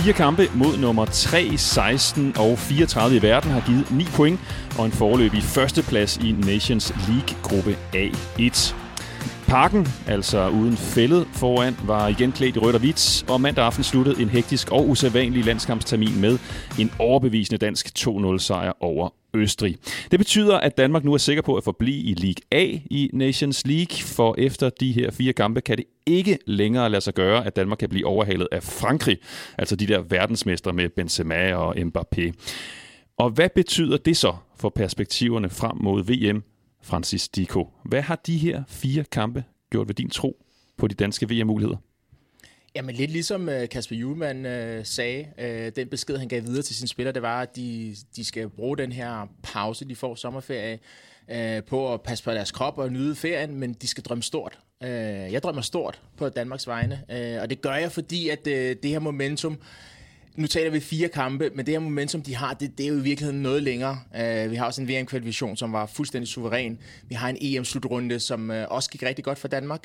4 kampe mod nummer 3, 16 og 34 i verden har givet 9 point og en foreløbig førsteplads i Nations League gruppe A1. Parken, altså uden fældet foran, var igen klædt i rødt og hvidt, og mandag aften sluttede en hektisk og usædvanlig landskampstermin med en overbevisende dansk 2-0-sejr over Østrig. Det betyder, at Danmark nu er sikker på at forblive i League A i Nations League, for efter de her 4 kampe kan det ikke længere lade sig gøre, at Danmark kan blive overhalet af Frankrig, altså de der verdensmestre med Benzema og Mbappé. Og hvad betyder det så for perspektiverne frem mod VM? Francis Dicko, hvad har de her 4 kampe gjort ved din tro på de danske VM-muligheder? Jamen lidt ligesom Kasper Hjulmand sagde, den besked han gav videre til sine spillere, det var, at de skal bruge den her pause, de får sommerferie, på at passe på deres krop og nyde ferien, men de skal drømme stort. Jeg drømmer stort på Danmarks vegne, og det gør jeg, fordi at det her momentum, nu taler vi 4 kampe, men det her momentum, de har, det er jo i virkeligheden noget længere. Vi har også en VM-kvalifikation, som var fuldstændig suveræn. Vi har en EM-slutrunde, som også gik rigtig godt for Danmark,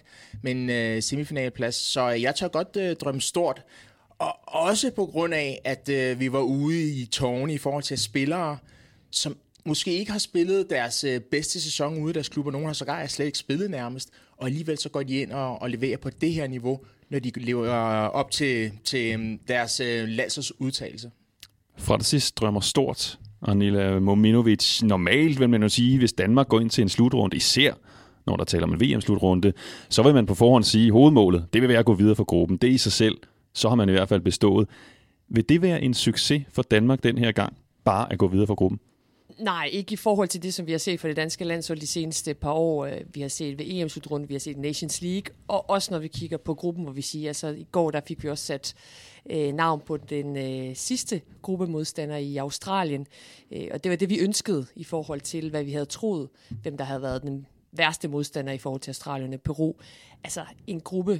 men semifinalplads. Så jeg tør godt drømme stort. Og også på grund af, at vi var ude i tårne i forhold til spillere, som måske ikke har spillet deres bedste sæson ude i deres klubber. Nogle har sågar slet ikke spillet nærmest, og alligevel så går de ind og leverer på det her niveau, når de lever op til deres landsholdsudtagelse. Fra det sidste drømmer stort, Anila Mominovic. Normalt vil man jo sige, hvis Danmark går ind til en slutrunde, især når der taler om en VM-slutrunde, så vil man på forhånd sige, at hovedmålet, det vil være at gå videre for gruppen. Det i sig selv, så har man i hvert fald bestået. Vil det være en succes for Danmark den her gang, bare at gå videre for gruppen? Nej, ikke i forhold til det, som vi har set for det danske landshold de seneste par år. Vi har set ved EM-slutrunden, vi har set Nations League, og også når vi kigger på gruppen, hvor vi siger, altså i går der fik vi også sat navn på den sidste gruppemodstander i Australien, og det var det, vi ønskede i forhold til, hvad vi havde troet, hvem der havde været den værste modstander i forhold til Australien og Peru. Altså en gruppe,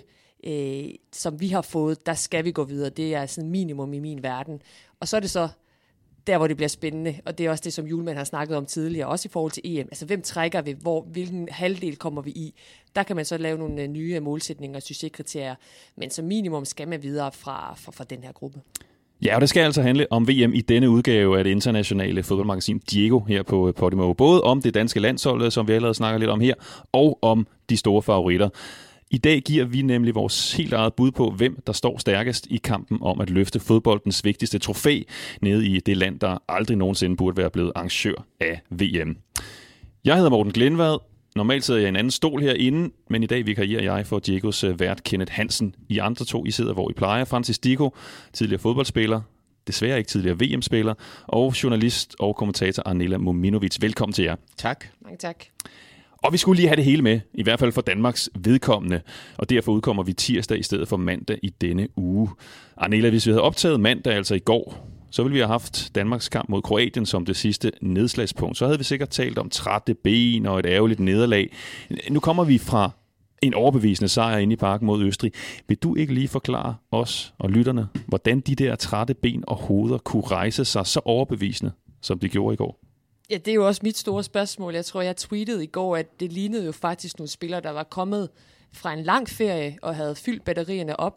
som vi har fået, der skal vi gå videre. Det er sådan minimum i min verden. Og så er det så der, hvor det bliver spændende, og det er også det, som Hjulmand har snakket om tidligere, også i forhold til EM. Altså, hvem trækker vi? Hvilken halvdel kommer vi i? Der kan man så lave nogle nye målsætninger og succeskriterier, men som minimum skal man videre fra den her gruppe. Ja, og det skal altså handle om VM i denne udgave af det internationale fodboldmagasin Diego her på Podimo. Både om det danske landshold, som vi allerede snakker lidt om her, og om de store favoritter. I dag giver vi nemlig vores helt eget bud på, hvem der står stærkest i kampen om at løfte fodboldens vigtigste trofæ nede i det land, der aldrig nogensinde burde være blevet arrangør af VM. Jeg hedder Morten Glindvad. Normalt sidder jeg i en anden stol herinde, men i dag vikarierer jeg for Diegos vært Kenneth Hansen. I andre to, I sidder, hvor I plejer. Francis Dicko, tidligere fodboldspiller, desværre ikke tidligere VM-spiller, og journalist og kommentator Anila Mominovic. Velkommen til jer. Tak. Mange tak. Og vi skulle lige have det hele med, i hvert fald for Danmarks vedkommende, og derfor udkommer vi tirsdag i stedet for mandag i denne uge. Anela, hvis vi havde optaget mandag, altså i går, så ville vi have haft Danmarks kamp mod Kroatien som det sidste nedslagspunkt. Så havde vi sikkert talt om trætte ben og et ærgerligt nederlag. Nu kommer vi fra en overbevisende sejr inde i Parken mod Østrig. Vil du ikke lige forklare os og lytterne, hvordan de der trætte ben og hoveder kunne rejse sig så overbevisende, som de gjorde i går? Ja, det er jo også mit store spørgsmål. Jeg tror, jeg tweetede i går, at det lignede jo faktisk nogle spillere, der var kommet fra en lang ferie og havde fyldt batterierne op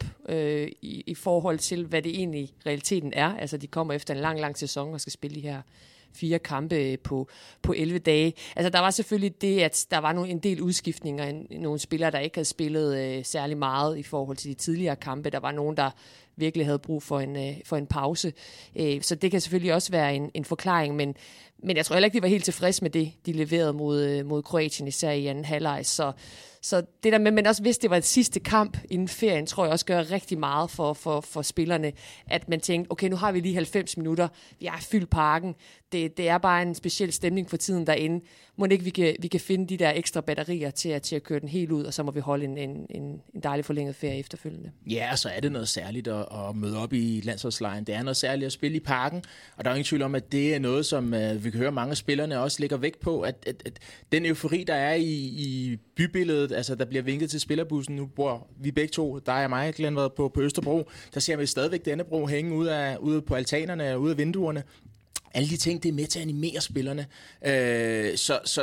i forhold til, hvad det egentlig realiteten er. Altså, de kommer efter en lang sæson og skal spille de her 4 kampe på 11 dage. Altså, der var selvfølgelig det, at der var en del udskiftninger, nogle spillere, der ikke havde spillet særlig meget i forhold til de tidligere kampe. Der var nogen, der virkelig havde brug for en pause. Så det kan selvfølgelig også være en forklaring, men jeg tror heller ikke, de var helt tilfredse med det, de leverede mod Kroatien, især i anden halvleg. Så det der med, men også hvis det var et sidste kamp inden ferien, tror jeg også gør rigtig meget for spillerne, at man tænkte, okay, nu har vi lige 90 minutter, vi har fyldt Parken, det er bare en speciel stemning for tiden derinde. Må ikke vi kan finde de der ekstra batterier til at køre den helt ud, og så må vi holde en dejlig forlænget ferie efterfølgende. Ja, så er det noget særligt at møde op i landsholdslejren. Det er noget særligt at spille i Parken, og der er ingen tvivl om, at det er noget, som vi kan høre mange af spillerne også lægger vægt på, at den eufori, der er i bybilledet, altså der bliver vinket til spillerbussen, nu bor vi begge to, der er mig, Glindvad, på Østerbro, der ser vi stadigvæk Dannebro hænge ude på altanerne og ude af vinduerne. Alle de ting, det er med til at animere spillerne. Så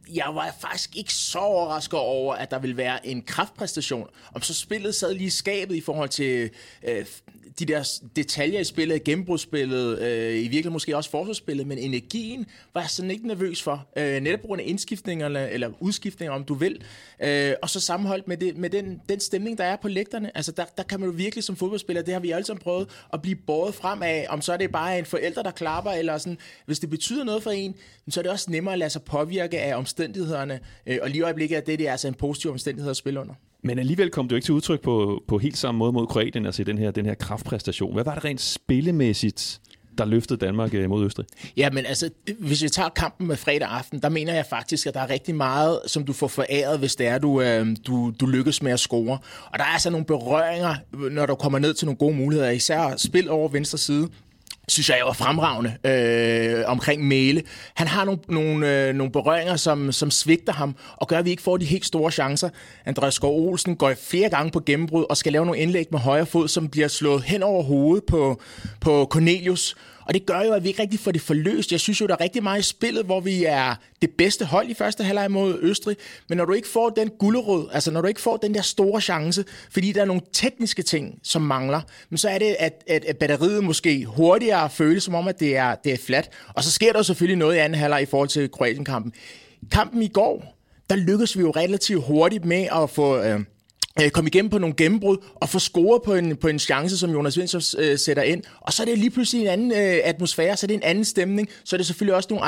jeg var faktisk ikke så overrasket over, at der ville være en kraftpræstation. Om så spillet sad lige i skabet i forhold til de der detaljer i spillet, gennembrudsspillet, i virkeligheden måske også forsvarsspillet, men energien var jeg sådan ikke nervøs for. Netop på grund af indskiftningerne, eller udskiftninger, om du vil. Og så sammenholdt med den stemning, der er på lægterne. Altså der kan man jo virkelig som fodboldspiller, det har vi alle sammen prøvet, at blive båret frem af, om så er det bare en forælder, der klapper, eller sådan. Hvis det betyder noget for en, så er det også nemmere at lade sig påvirke af omstændighederne. Og lige i øjeblikket er det er altså en positiv omstændighed at spille under. Men alligevel kom det jo ikke til udtryk på helt samme måde mod Kroatien, altså den her kraftpræstation. Hvad var det rent spillemæssigt, der løftede Danmark mod Østrig? Ja, men altså, hvis vi tager kampen med fredag aften, der mener jeg faktisk, at der er rigtig meget, som du får foræret, hvis det er, du lykkes med at score. Og der er altså nogle berøringer, når du kommer ned til nogle gode muligheder, især spil over venstre side. Synes jeg var fremragende omkring Mæle. Han har nogle berøringer, som svigter ham, og gør, at vi ikke får de helt store chancer. Andreas Skov Olsen går flere gange på gennembrud, og skal lave nogle indlæg med højre fod, som bliver slået hen over hovedet på Cornelius. Og det gør jo, at vi ikke rigtig får det forløst. Jeg synes jo, der er rigtig meget i spillet, hvor vi er det bedste hold i første halvleg mod Østrig. Men når du ikke får den gullerod, altså når du ikke får den der store chance, fordi der er nogle tekniske ting, som mangler, men så er det, at batteriet måske hurtigere føles som om, at det er fladt. Og så sker der jo selvfølgelig noget i anden halvleg i forhold til Kroatien-kampen. Kampen i går, der lykkedes vi jo relativt hurtigt med at få komme igennem på nogle gennembrud og få scoret på en chance, som Jonas Vind sætter ind. Og så er det lige pludselig en anden atmosfære, så er det en anden stemning. Så er det selvfølgelig også nogle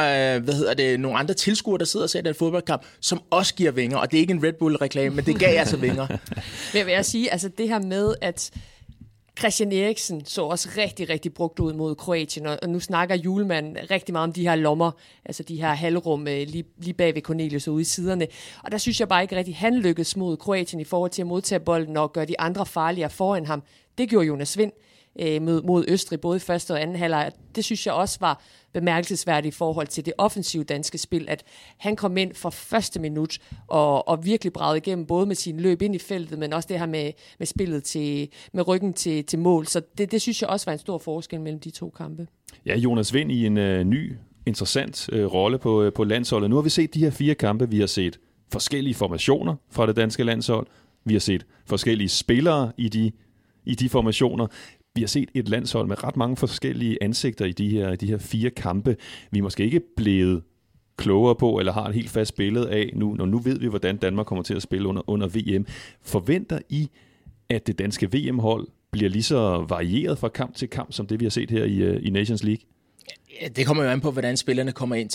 andre tilskuere, der sidder og ser den fodboldkamp, som også giver vinger. Og det er ikke en Red Bull-reklame, men det gav altså vinger. Men vil jeg sige, altså det her med, at Christian Eriksen så også rigtig, rigtig brugt ud mod Kroatien, og nu snakker Hjulmand rigtig meget om de her lommer, altså de her halvrum lige bag ved Cornelius og ude i siderne. Og der synes jeg bare ikke rigtig, han lykkedes mod Kroatien i forhold til at modtage bolden og gøre de andre farligere foran ham. Det gjorde Jonas Vind mod Østrig, både i første og anden halvleg. Det synes jeg også var bemærkelsesværdigt i forhold til det offensive danske spil, at han kom ind fra første minut og virkelig bragede igennem, både med sin løb ind i feltet, men også det her med spillet med ryggen til mål. Så det synes jeg også var en stor forskel mellem de to kampe. Ja, Jonas Vind i en ny, interessant rolle på landsholdet. Nu har vi set de her 4 kampe. Vi har set forskellige formationer fra det danske landshold. Vi har set forskellige spillere i de formationer. Vi har set et landshold med ret mange forskellige ansigter i de her 4 kampe. Vi er måske ikke blevet klogere på, eller har et helt fast billede af nu, når nu ved vi, hvordan Danmark kommer til at spille under VM. Forventer I, at det danske VM-hold bliver lige så varieret fra kamp til kamp, som det vi har set her i Nations League? Det kommer jo an på, hvordan spillerne kommer ind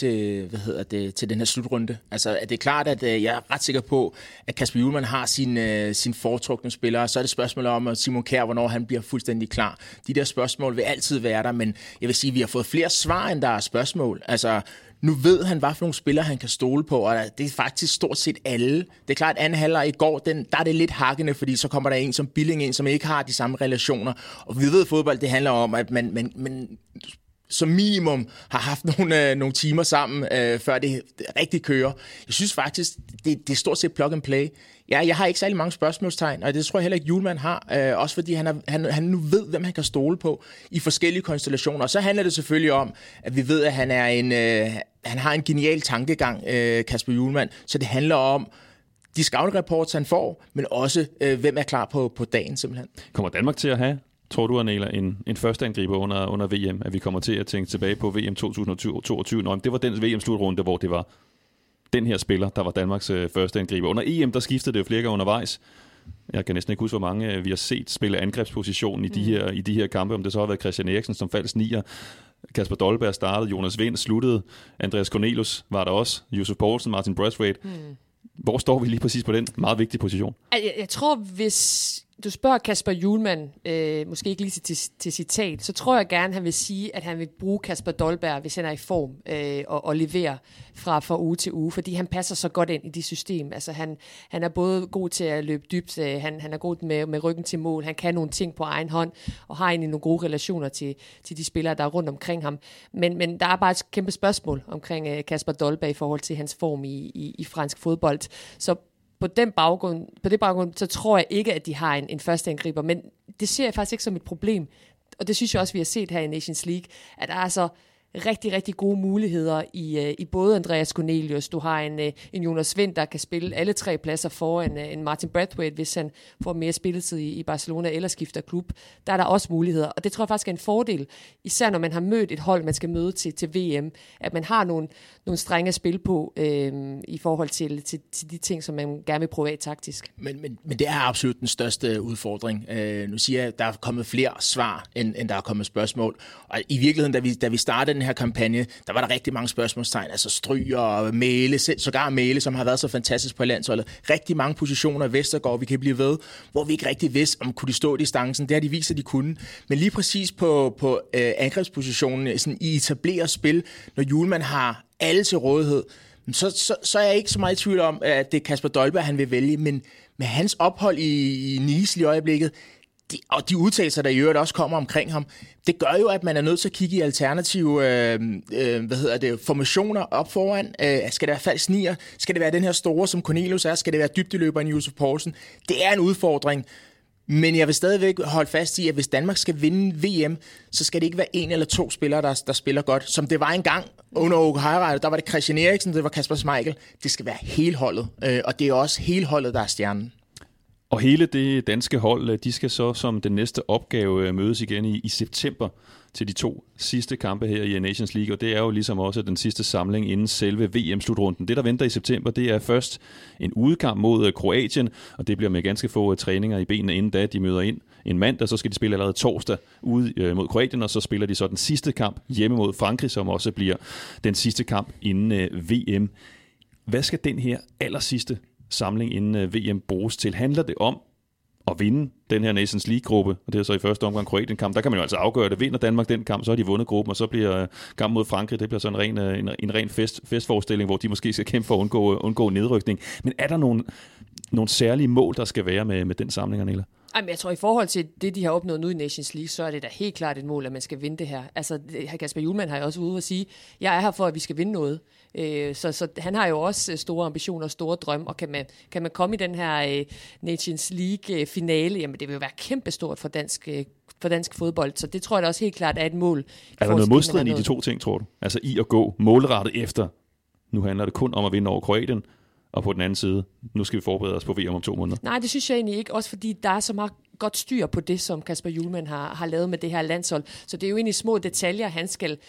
til den her slutrunde. Altså, det er klart, at jeg er ret sikker på, at Kasper Hjulmand har sin foretrukne spillere. Så er det spørgsmål om Simon Kjær, hvornår han bliver fuldstændig klar. De der spørgsmål vil altid være der, men jeg vil sige, at vi har fået flere svar, end der er spørgsmål. Altså, nu ved han, hvad for nogle spillere han kan stole på, og det er faktisk stort set alle. Det er klart, at anden halvleg i går, der er det lidt hakkende, fordi så kommer der en som Billing ind, som ikke har de samme relationer. Og vi ved, at fodbold, det handler om, at man som minimum har haft nogle timer sammen, før det rigtig kører. Jeg synes faktisk, det er stort set plug and play. Jeg har ikke særlig mange spørgsmålstegn, og det tror jeg heller ikke, Hjulmand har. Også fordi han nu ved, hvem han kan stole på i forskellige konstellationer. Og så handler det selvfølgelig om, at vi ved, at han har en genial tankegang, Kasper Hjulmand. Så det handler om de scout-reports, han får, men også hvem er klar på dagen simpelthen. Kommer Danmark til at have, tror du, Arnela, en førsteangriber under VM, at vi kommer til at tænke tilbage på VM 2022? Nå, det var den VM-slutrunde, hvor det var den her spiller, der var Danmarks førsteangriber. Under EM, der skiftede det jo flere gange undervejs. Jeg kan næsten ikke huske, hvor mange vi har set spille angrebsposition i de her kampe, om det så har været Christian Eriksen som falsk nier, Kasper Dolberg startede, Jonas Vind sluttede, Andreas Cornelius var der også, Josef Poulsen, Martin Braithwaite. Hvor står vi lige præcis på den meget vigtige position? Jeg tror, hvis du spørger Kasper Hjulmand, måske ikke lige til citat, så tror jeg gerne, han vil sige, at han vil bruge Kasper Dolberg, hvis han er i form, og levere fra uge til uge, fordi han passer så godt ind i det system. Altså han er både god til at løbe dybt, han er god med ryggen til mål, han kan nogle ting på egen hånd, og har egentlig nogle gode relationer til de spillere, der er rundt omkring ham. Men der er bare et kæmpe spørgsmål omkring Kasper Dolberg i forhold til hans form i fransk fodbold. Så på det baggrund, så tror jeg ikke, at de har en førsteangriber, men det ser jeg faktisk ikke som et problem. Og det synes jeg også, vi har set her i Nations League, at der er så rigtig, rigtig gode muligheder i både Andreas Cornelius. Du har en Jonas Wind, der kan spille alle 3 pladser foran en Martin Brathwaite, hvis han får mere spilletid i Barcelona eller skifter klub. Der er der også muligheder, og det tror jeg faktisk er en fordel, især når man har mødt et hold, man skal møde til VM, at man har nogle strenge at spille på i forhold til de ting, som man gerne vil prøve af taktisk. Men det er absolut den største udfordring. Nu siger jeg, at der er kommet flere svar, end der er kommet spørgsmål. Og i virkeligheden, da vi startede den her kampagne, der var der rigtig mange spørgsmålstegn, altså Stryger og Mæle, sågar Mæle, som har været så fantastisk på landsholdet. Rigtig mange positioner i Vestergaard, vi kan blive ved, hvor vi ikke rigtig vidste, om kunne de stå i distancen. Det har de vist, at de kunne. Men lige præcis på angrebspositionen, sådan i etableret spil, når Hjulmand har alle til rådighed, så er jeg ikke så meget i tvivl om, at det er Kasper Dolberg, han vil vælge, men med hans ophold i Nice i øjeblikket, og de udtalelser, der i øvrigt også kommer omkring ham, det gør jo, at man er nødt til at kigge i alternative formationer op foran. Skal det være falsk nier? Skal det være den her store, som Cornelius er? Skal det være dybdeløberen Josef Poulsen? Det er en udfordring. Men jeg vil stadigvæk holde fast i, at hvis Danmark skal vinde VM, så skal det ikke være 1 eller 2 spillere, der spiller godt. Som det var engang under Åke Hareide, der var det Christian Eriksen, det var Kasper Schmeichel. Det skal være hele holdet, og det er også hele holdet, der er stjernen. Og hele det danske hold, de skal så som den næste opgave mødes igen i september til de 2 sidste kampe her i Nations League, og det er jo ligesom også den sidste samling inden selve VM-slutrunden. Det, der venter i september, det er først en udekamp mod Kroatien, og det bliver med ganske få træninger i benene inden da. De møder ind en mandag, så skal de spille allerede torsdag ude mod Kroatien, og så spiller de så den sidste kamp hjemme mod Frankrig, som også bliver den sidste kamp inden VM. Hvad skal den her allersidste samling inden VM bruges til? Handler det om at vinde den her Nations League-gruppe, og det er så i første omgang Kroatien-kamp, der kan man jo altså afgøre det. Vinder Danmark den kamp, så har de vundet gruppen, og så bliver kampen mod Frankrig, det bliver så en ren festforestilling, hvor de måske skal kæmpe for at undgå nedrykning. Men er der nogle særlige mål, der skal være med den samling, Nela? Jamen, jeg tror, i forhold til det, de har opnået nu i Nations League, så er det da helt klart et mål, at man skal vinde det her. Altså, Kasper Hjulmand har jo også ude at sige, jeg er her for, at vi skal vinde noget. Så han har jo også store ambitioner og store drømme, og kan man komme i den her Nations League-finale, jamen det vil jo være kæmpestort for dansk fodbold. Så det tror jeg da også helt klart er et mål. Er der noget modstridende i de 2 ting, tror du? Altså i at gå målrettet efter, nu handler det kun om at vinde over Kroatien, og på den anden side, nu skal vi forberede os på VM om 2 måneder. Nej, det synes jeg egentlig ikke, også fordi der er så meget godt styr på det, som Kasper Hjulmand har lavet med det her landshold. Så det er jo egentlig små detaljer, han skal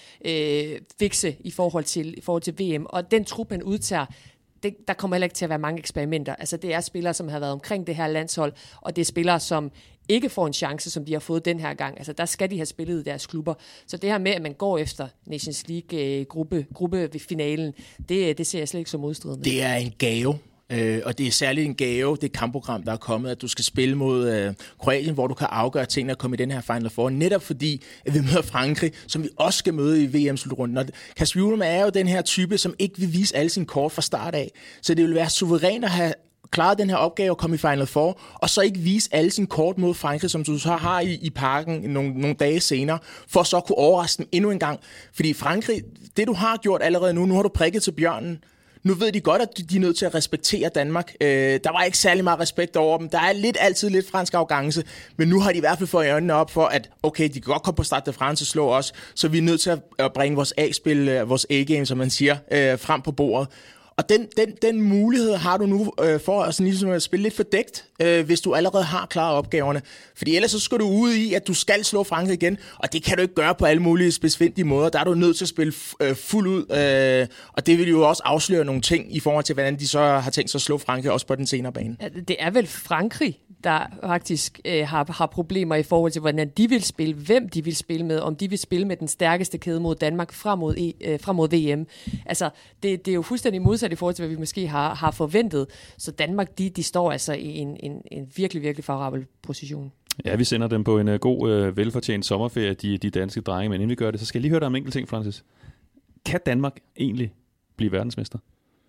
fikse i forhold til VM. Og den trup, han udtager, der kommer heller ikke til at være mange eksperimenter. Altså det er spillere, som har været omkring det her landshold, og det er spillere, som ikke får en chance, som de har fået den her gang. Altså der skal de have spillet i deres klubber. Så det her med, at man går efter Nations League gruppe ved finalen, det ser jeg slet ikke som modstridende. Det er en gave. Og det er særligt en gave, det kampprogram, der er kommet, at du skal spille mod Kroatien, hvor du kan afgøre tingene at komme i den her Final Four, netop fordi at vi møder Frankrig, som vi også skal møde i VM-slutrunden. Og Kasper Hjulmand er jo den her type, som ikke vil vise alle sine kort fra start af. Så det vil være suverænt at have klaret den her opgave at komme i Final Four, og så ikke vise alle sine kort mod Frankrig, som du så har i parken nogle dage senere, for så at kunne overraske dem endnu en gang. Fordi Frankrig, det du har gjort allerede nu har du prikket til bjørnen. Nu ved de godt, at de er nødt til at respektere Danmark. Der var ikke særlig meget respekt over dem. Der er altid lidt fransk arrogance, men nu har de i hvert fald fået øjnene op for, at okay, de kan godt komme på Stade de France og slå os, så vi er nødt til at bringe vores A-spil, vores A-game, som man siger, frem på bordet. Og den mulighed har du nu for at, sådan ligesom at spille lidt fordækt, hvis du allerede har klaret opgaverne. Fordi ellers så skal du ud i, at du skal slå Frankrig igen, og det kan du ikke gøre på alle mulige spidsfindige måder. Der er du nødt til at spille fuld ud, og det vil jo også afsløre nogle ting i forhold til, hvordan de så har tænkt sig at slå Frankrig også på den senere bane. Det er vel Frankrig, der faktisk har problemer i forhold til, hvordan de vil spille, hvem de vil spille med, om de vil spille med den stærkeste kæde mod Danmark frem mod VM. Altså, det er jo fuldstændig modsat i forhold til, hvad vi måske har forventet. Så Danmark, de står altså i en virkelig, virkelig favorabel position. Ja, vi sender dem på en god, velfortjent sommerferie, de danske drenge. Men inden vi gør det, så skal jeg lige høre dig om en enkelt ting, Francis. Kan Danmark egentlig blive verdensmester?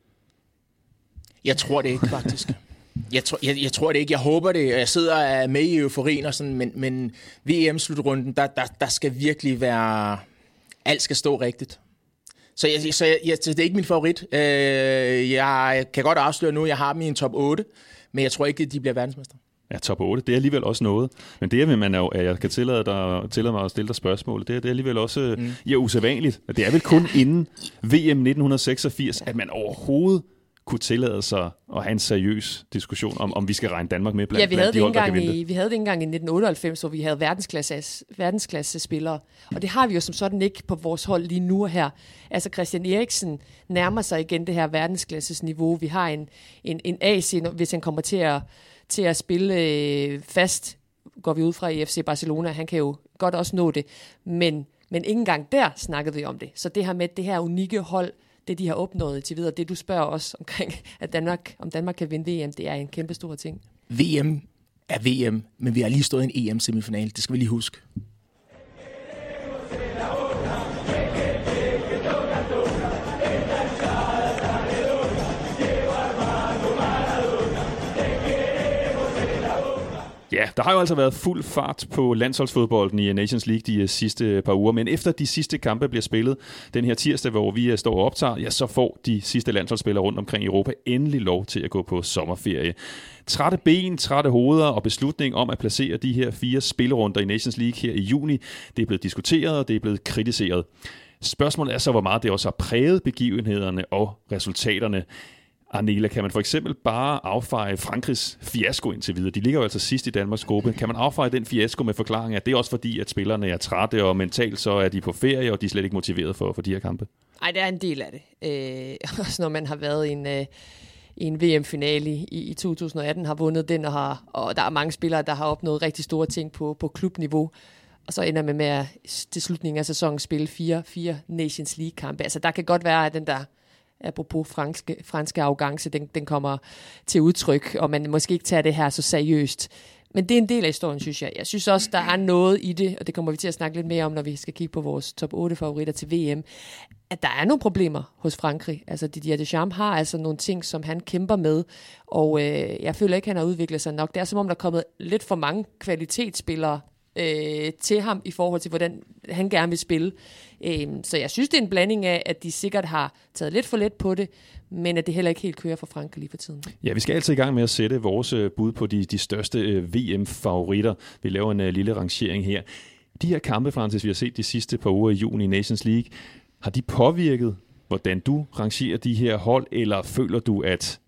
Jeg tror det ikke, faktisk. Jeg tror det ikke. Jeg håber det. Jeg sidder med i euforien og sådan, men VM-slutrunden, der skal virkelig være... Alt skal stå rigtigt. Så det er ikke min favorit. Jeg kan godt afsløre nu, at jeg har dem i en top 8, men jeg tror ikke, at de bliver verdensmester. Ja, top 8, det er alligevel også noget. Men det, at jeg kan tillade mig at stille dig spørgsmål, det er alligevel også usædvanligt. Det er vel kun inden VM 1986, at man overhovedet kunne tillade sig at have en seriøs diskussion om vi skal regne Danmark med blandt de hold, der kan vinde. Vi havde det engang i 1998, hvor vi havde verdensklasse spillere. Og det har vi jo som sådan ikke på vores hold lige nu og her. Altså Christian Eriksen nærmer sig igen det her verdensklasses niveau. Vi har en AC, hvis han kommer til at spille fast, går vi ud fra i FC Barcelona. Han kan jo godt også nå det. Men ikke engang der snakkede vi om det. Så det her med det her unikke hold, det de har opnået til videre, det du spørger os omkring, at Danmark kan vinde VM, det er en kæmpe stor ting. VM er VM, men vi har lige stået i en EM-semifinal. Det skal vi lige huske. Ja, der har jo altså været fuld fart på landsholdsfodbolden i Nations League de sidste par uger, men efter de sidste kampe bliver spillet den her tirsdag, hvor vi står og optager, ja, så får de sidste landsholdsspillere rundt omkring i Europa endelig lov til at gå på sommerferie. Trætte ben, trætte hoveder og beslutning om at placere de her 4 spillerunder i Nations League her i juni, det er blevet diskuteret, og det er blevet kritiseret. Spørgsmålet er så, hvor meget det også har præget begivenhederne og resultaterne. Arnela, kan man for eksempel bare affeje Frankrigs fiasko indtil videre? De ligger jo altså sidst i Danmarks gruppe. Kan man affeje den fiasko med forklaring, at det er også fordi, at spillerne er trætte, og mentalt så er de på ferie, og de er slet ikke motiveret for de her kampe? Nej, det er en del af det. Også når man har været i en VM-finale i 2018, har vundet den, og der er mange spillere, der har opnået rigtig store ting på klubniveau. Og så ender man med til slutningen af sæsonen spille 4 Nations League-kampe. Altså der kan godt være, at den der apropos franske arrogance, den kommer til udtryk, og man måske ikke tager det her så seriøst. Men det er en del af historien, synes jeg. Jeg synes også, der er noget i det, og det kommer vi til at snakke lidt mere om, når vi skal kigge på vores top 8 favoritter til VM, at der er nogle problemer hos Frankrig. Altså Didier Deschamps har altså nogle ting, som han kæmper med, og jeg føler ikke, han har udviklet sig nok. Det er som om, der er kommet lidt for mange kvalitetsspillere til ham i forhold til, hvordan han gerne vil spille. Så jeg synes, det er en blanding af, at de sikkert har taget lidt for let på det, men at det heller ikke helt kører for Frankrig lige for tiden. Ja, vi skal altid i gang med at sætte vores bud på de største VM-favoritter. Vi laver en lille rangering her. De her kampe, Francis, vi har set de sidste par uger i juni i Nations League, har de påvirket, hvordan du rangerer de her hold, eller føler du, at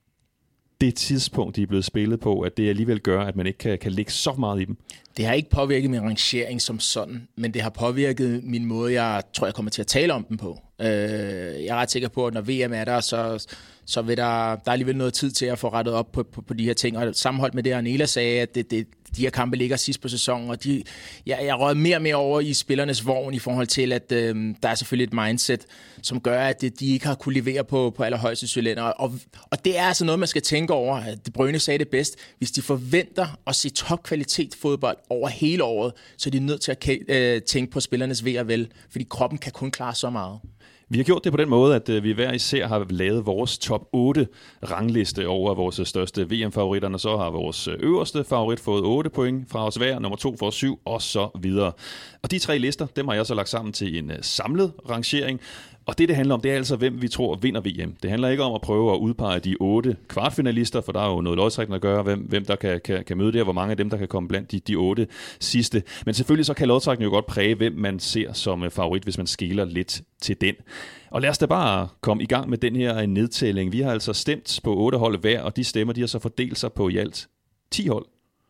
det tidspunkt, de er blevet spillet på, at det alligevel gør, at man ikke kan lægge så meget i dem? Det har ikke påvirket min rangering som sådan, men det har påvirket min måde, jeg tror, jeg kommer til at tale om dem på. Jeg er ret sikker på, at når VM er der, så vil der er alligevel noget tid til at få rettet op på de her ting. Og sammenholdt med det, Arnela sagde, at de her kampe ligger sidst på sæsonen, og jeg røg mere og mere over i spillernes vogn i forhold til, at der er selvfølgelig et mindset, som gør, at de ikke har kunne levere på allerhøjeste cylinder. Og det er altså noget, man skal tænke over. De Bruyne sagde det bedst. Hvis de forventer at se topkvalitet fodbold over hele året, så er de nødt til at tænke på spillernes ve og vel, fordi kroppen kan kun klare så meget. Vi har gjort det på den måde, at vi hver især har lavet vores top 8 rangliste over vores største VM-favoritter, og så har vores øverste favorit fået 8 point fra os hver, nummer 2 får 7 og så videre. Og de 3 lister, dem har jeg så lagt sammen til en samlet rangering. Og det handler om, det er altså, hvem vi tror vinder VM. Det handler ikke om at prøve at udpege de 8 kvartfinalister, for der er jo noget lodtrækning at gøre, hvem der kan møde der, hvor mange af dem, der kan komme blandt de 8 sidste. Men selvfølgelig så kan lodtrækning jo godt præge, hvem man ser som favorit, hvis man skeler lidt til den. Og lad os da bare komme i gang med den her nedtælling. Vi har altså stemt på 8 hold hver, og de stemmer, de har så fordelt sig på i alt 10 hold.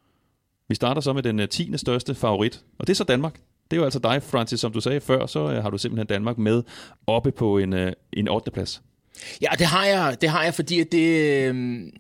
Vi starter så med den 10. største favorit, og det er så Danmark. Det er jo altså dig, Francis, som du sagde før, så har du simpelthen Danmark med oppe på en 8. plads. Ja, det har jeg, fordi det er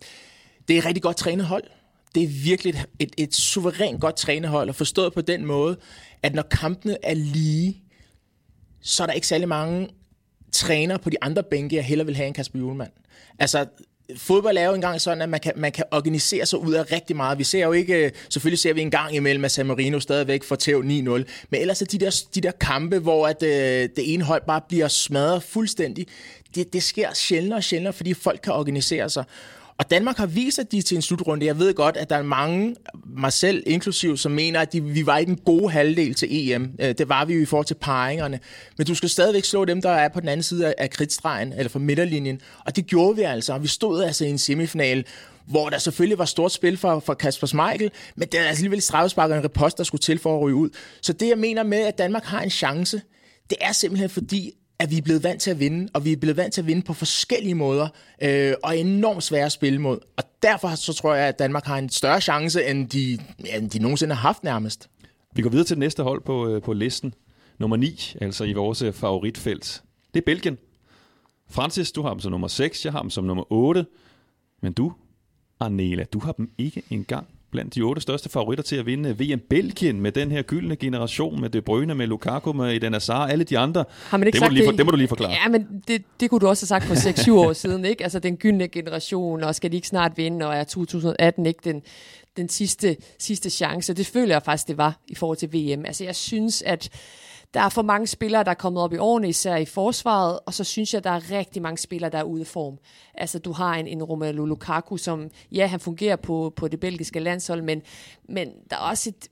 et rigtig godt trænet hold. Det er virkelig et suverænt godt trænet hold, og forstået på den måde, at når kampene er lige, så er der ikke særlig mange trænere på de andre bænke, jeg hellere vil have en Kasper Hjulmand. Altså, fodbold er jo engang sådan, at man kan organisere sig ud af rigtig meget. Vi ser jo ikke, selvfølgelig ser vi en gang imellem, at San Marino stadigvæk får tæv 9-0, men ellers er de der kampe, hvor at, det ene hold bare bliver smadret fuldstændig, det sker sjældnere og sjældnere, fordi folk kan organisere sig. Og Danmark har vist, at de er til en slutrunde. Jeg ved godt, at der er mange, mig selv inklusiv, som mener, at vi var i den gode halvdel til EM. Det var vi jo i forhold til paringerne. Men du skal stadigvæk slå dem, der er på den anden side af kridtstregen, eller fra midterlinjen. Og det gjorde vi altså. Vi stod altså i en semifinal, hvor der selvfølgelig var stort spil for Kasper Schmeichel, men det er altså alligevel straffespark og en repost, der skulle til for at ryge ud. Så det, jeg mener med, at Danmark har en chance, det er simpelthen fordi, at vi er blevet vant til at vinde, og vi er blevet vant til at vinde på forskellige måder, og enormt svære at spille mod. Og derfor så tror jeg, at Danmark har en større chance, end de nogensinde har haft nærmest. Vi går videre til det næste hold på listen. Nummer 9, altså i vores favoritfelt. Det er Belgien. Francis, du har dem som nummer 6, jeg har dem som nummer 8. Men du, Arnela, du har dem ikke engang blandt de 8 største favoritter til at vinde VM. Belgien med den her gyldne generation, med De Bruyne, med Lukaku, med Eden Hazard, alle de andre. Det må du lige forklare. Ja, men det kunne du også have sagt for 6-7 år siden, ikke? Altså den gyldne generation, og skal de ikke snart vinde, og er 2018 ikke den sidste chance? Det føler jeg faktisk, det var i forhold til VM. Altså jeg synes, at der er for mange spillere, der er kommet op i årene, især i forsvaret, og så synes jeg, der er rigtig mange spillere, der er ude af form. Altså, du har en Romelu Lukaku, som, ja, han fungerer på det belgiske landshold, men der er også et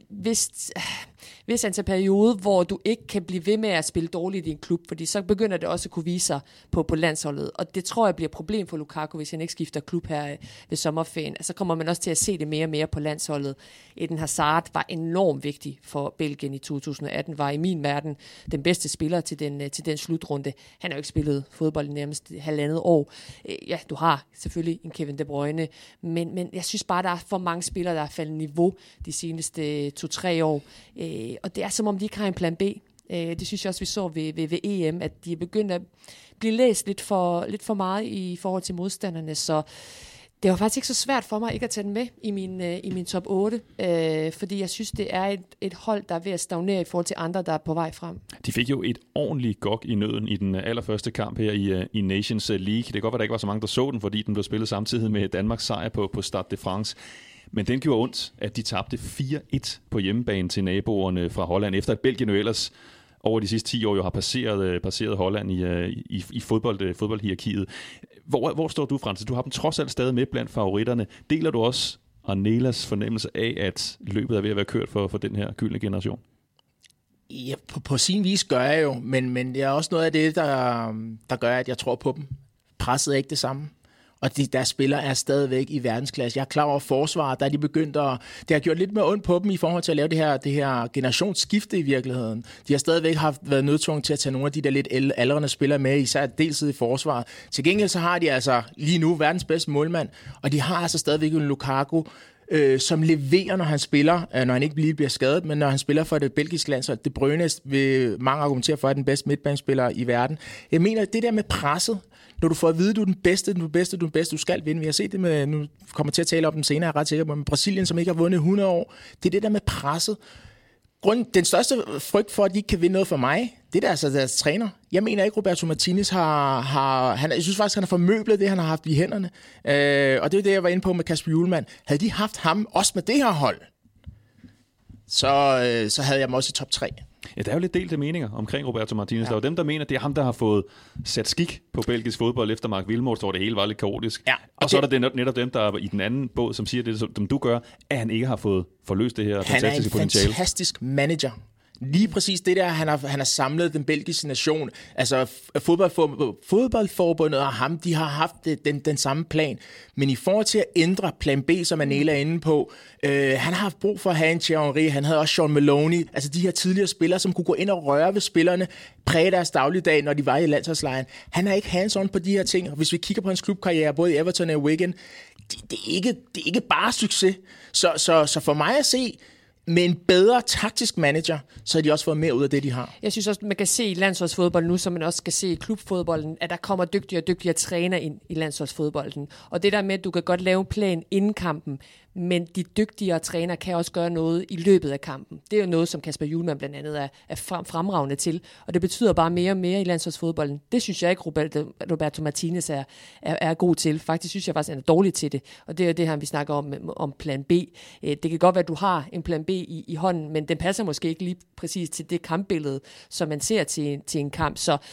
vist antal periode, hvor du ikke kan blive ved med at spille dårligt i en klub, fordi så begynder det også at kunne vise sig på landsholdet, og det tror jeg bliver et problem for Lukaku, hvis han ikke skifter klub her ved sommerferien. Så kommer man også til at se det mere og mere på landsholdet. Eden Hazard var enormt vigtig for Belgien i 2018, var i min verden den bedste spiller til den slutrunde. Han har jo ikke spillet fodbold i nærmest 1,5 år. Ja, du har selvfølgelig en Kevin De Bruyne, men jeg synes bare, der er for mange spillere, der har faldet niveau de seneste 2-3 år. Og det er som om, de ikke har en plan B. Det synes jeg også, vi så ved EM, at de er begyndt at blive læst lidt for meget i forhold til modstanderne, så det var faktisk ikke så svært for mig ikke at tage den med i min top 8, fordi jeg synes, det er et hold, der er ved at stagnere i forhold til andre, der er på vej frem. De fik jo et ordentligt gok i nøden i den allerførste kamp her i Nations League. Det kan godt være, der ikke var så mange, der så den, fordi den blev spillet samtidig med Danmarks sejr på Stade de France. Men den gjorde ondt, at de tabte 4-1 på hjemmebane til naboerne fra Holland, efter at Belgien jo ellers over de sidste 10 år jo har passeret Holland i fodboldhierarkiet. Hvor står du, Francis? Du har dem trods alt stadig med blandt favoritterne. Deler du også Arnelas fornemmelse af, at løbet er ved at være kørt for den her gyldne generation? Ja, på sin vis gør jeg jo, men det er også noget af det, der gør, at jeg tror på dem. Presset er ikke det samme. Og deres spillere er stadigvæk i verdensklasse. Jeg er klar over forsvaret, der er de begyndt det har gjort lidt mere ondt på dem i forhold til at lave det her generationsskifte i virkeligheden. De har stadigvæk været nødtvunget til at tage nogle af de der lidt aldrende spillere med, især deltid i forsvaret. Til gengæld så har de altså lige nu verdens bedste målmand, og de har altså stadigvæk en Lukaku, som leverer, når han spiller, når han ikke bliver skadet, men når han spiller for det belgiske landshold. De Bruyne vil mange argumentere for, at den bedste midtbanespiller i verden. Jeg mener, det der med presset, når du får at vide, at du er den bedste, du skal vinde. Vi har set det med, nu kommer til at tale om den senere, jeg er ret sikker på, med Brasilien, som ikke har vundet 100 år. Det er det der med presset. Den største frygt for, at de ikke kan vinde noget for mig, det er altså deres træner. Jeg mener ikke, Roberto Martinez jeg synes faktisk, han har formøblet det, han har haft i hænderne. Og det er det, jeg var inde på med Kasper Hjulmand. Havde de haft ham også med det her hold, så havde jeg dem også i top 3. Ja, der er jo lidt delte meninger omkring Roberto Martinez. Ja. Der er jo dem, der mener, at det er ham, der har fået sat skik på belgisk fodbold efter Mark Wilmots, hvor det hele var lidt kaotisk. Ja, og så er der netop dem, der er i den anden båd, som siger det, som du gør, at han ikke har fået forløst det her fantastiske potentiale. Han er en fantastisk manager. Lige præcis det der, han har samlet den belgiske nation. Altså fodboldforbundet og ham, de har haft den samme plan. Men i forhold til at ændre plan B, som Arnela er inde på, han har haft brug for at have en Thierry Henry, han havde også Sean Maloney, altså de her tidligere spillere, som kunne gå ind og røre ved spillerne, præge deres dagligdag, når de var i landsholdslejren. Han er ikke hands-on på de her ting, og hvis vi kigger på hans klubkarriere, både i Everton og Wigan, det er ikke bare succes. Så for mig at se, med en bedre taktisk manager, så har de også fået mere ud af det, de har. Jeg synes også, man kan se i landsholdsfodbold nu, som man også skal se i klubfodbolden, at der kommer dygtigere og dygtigere træner ind i landsholdsfodbolden. Og det der med, at du kan godt lave en plan inden kampen, men de dygtigere træner kan også gøre noget i løbet af kampen. Det er jo noget, som Kasper Hjulmand blandt andet er fremragende til, og det betyder bare mere og mere i landsholdsfodbolden. Det synes jeg ikke, Roberto Martinez er god til. Faktisk synes jeg faktisk, han er dårlig til det, og det er jo det her, vi snakker om plan B. Det kan godt være, at du har en plan B i hånden, men den passer måske ikke lige præcis til det kampbillede, som man ser til en kamp. Så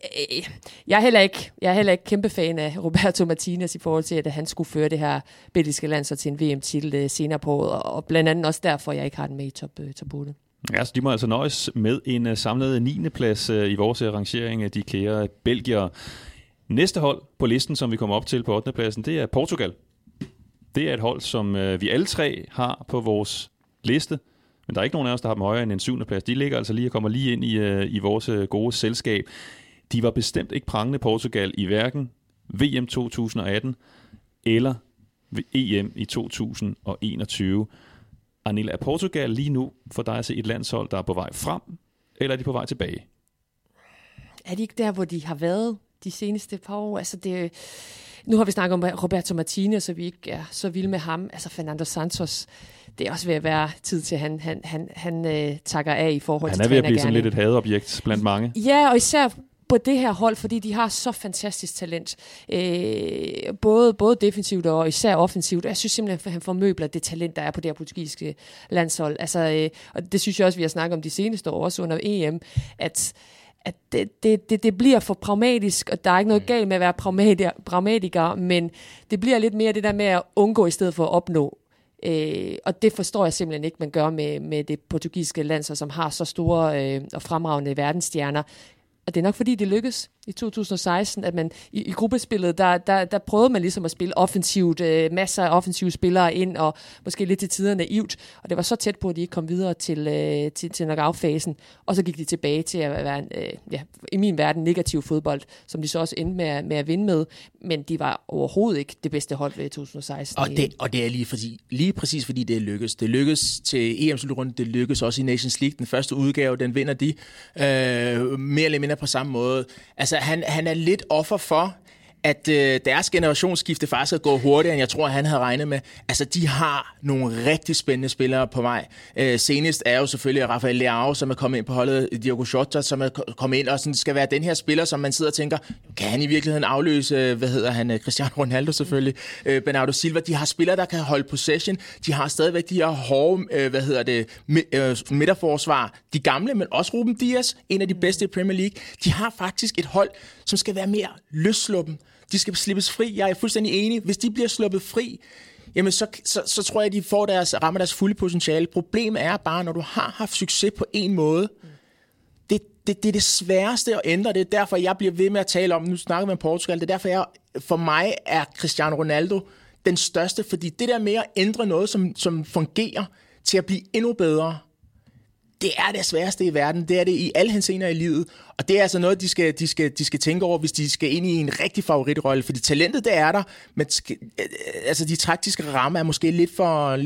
Jeg er heller ikke kæmpe fan af Roberto Martinez i forhold til, at han skulle føre det her belgiske landshold til en VM-titel senere på året, og blandt andet også derfor, jeg ikke har den med i top 8. Ja, så de må altså nøjes med en samlet 9. plads i vores rangering af de kære belgiere. Næste hold på listen, som vi kommer op til på 8. pladsen, det er Portugal. Det er et hold, som vi alle tre har på vores liste, men der er ikke nogen af os, der har dem højere end en 7. plads. De ligger altså lige og kommer lige ind i vores gode selskab. De var bestemt ikke prangende Portugal i hverken VM 2018 eller EM i 2021. Arnilla, er Portugal lige nu for dig at se et landshold, der er på vej frem, eller er de på vej tilbage? Er de ikke der, hvor de har været de seneste par år? Altså nu har vi snakket om Roberto Martinez, så vi ikke er så vilde med ham. Altså Fernando Santos, det er også ved at være tid til, han takker af i forhold til trænergerningen. Han er ved at blive sådan lidt et hadeobjekt blandt mange. Ja, og især på det her hold, fordi de har så fantastisk talent. Både defensivt og især offensivt. Jeg synes simpelthen, at han formøbler det talent, der er på det her portugisiske landshold. Altså, og det synes jeg også, vi har snakket om de seneste år, også under EM, at det bliver for pragmatisk, og der er ikke noget galt med at være pragmatiker, men det bliver lidt mere det der med at undgå i stedet for at opnå. Og det forstår jeg simpelthen ikke, man gør med det portugisiske landshold, som har så store og fremragende verdensstjerner. Og det er nok fordi, det lykkedes i 2016, at man i gruppespillet, der prøvede man ligesom at spille offensivt, masser af offensive spillere ind, og måske lidt til tider naivt, og det var så tæt på, at de ikke kom videre til knockout-fasen, og så gik de tilbage til at være i min verden negativ fodbold, som de så også endte med at vinde med, men de var overhovedet ikke det bedste hold ved 2016. Og det er lige præcis fordi det lykkedes. Det lykkedes til EM-slutrunden, det lykkedes også i Nations League, den første udgave, den vinder de mere eller mindre på samme måde. Altså han er lidt offer for, at deres generationsskifte faktisk er gået hurtigere, end jeg tror, han havde regnet med. Altså, de har nogle rigtig spændende spillere på vej. Senest er jo selvfølgelig Rafael Leao, som er kommet ind på holdet, Diogo Jota, som er kommet ind, og sådan skal være den her spiller, som man sidder og tænker, kan han i virkeligheden afløse, Cristiano Ronaldo selvfølgelig, Bernardo Silva. De har spillere, der kan holde possession. De har stadigvæk de her hårde, midterforsvar. De gamle, men også Ruben Dias, en af de bedste i Premier League. De har faktisk et hold, som skal være mere løssluppen. De skal slippes fri. Jeg er fuldstændig enig. Hvis de bliver sluppet fri, jamen så tror jeg, at de får rammer deres fulde potentiale. Problemet er bare, når du har haft succes på en måde, det er det sværeste at ændre. Det er derfor, jeg bliver ved med at tale om, nu snakker vi om Portugal, det er derfor, for mig er Cristiano Ronaldo den største, fordi det der med at ændre noget, som fungerer til at blive endnu bedre, det er det sværeste i verden. Det er det i alle henseender i livet. Og det er altså noget, de skal tænke over, hvis de skal ind i en rigtig favoritrolle. Fordi talentet, det er der, men de taktiske rammer er måske lidt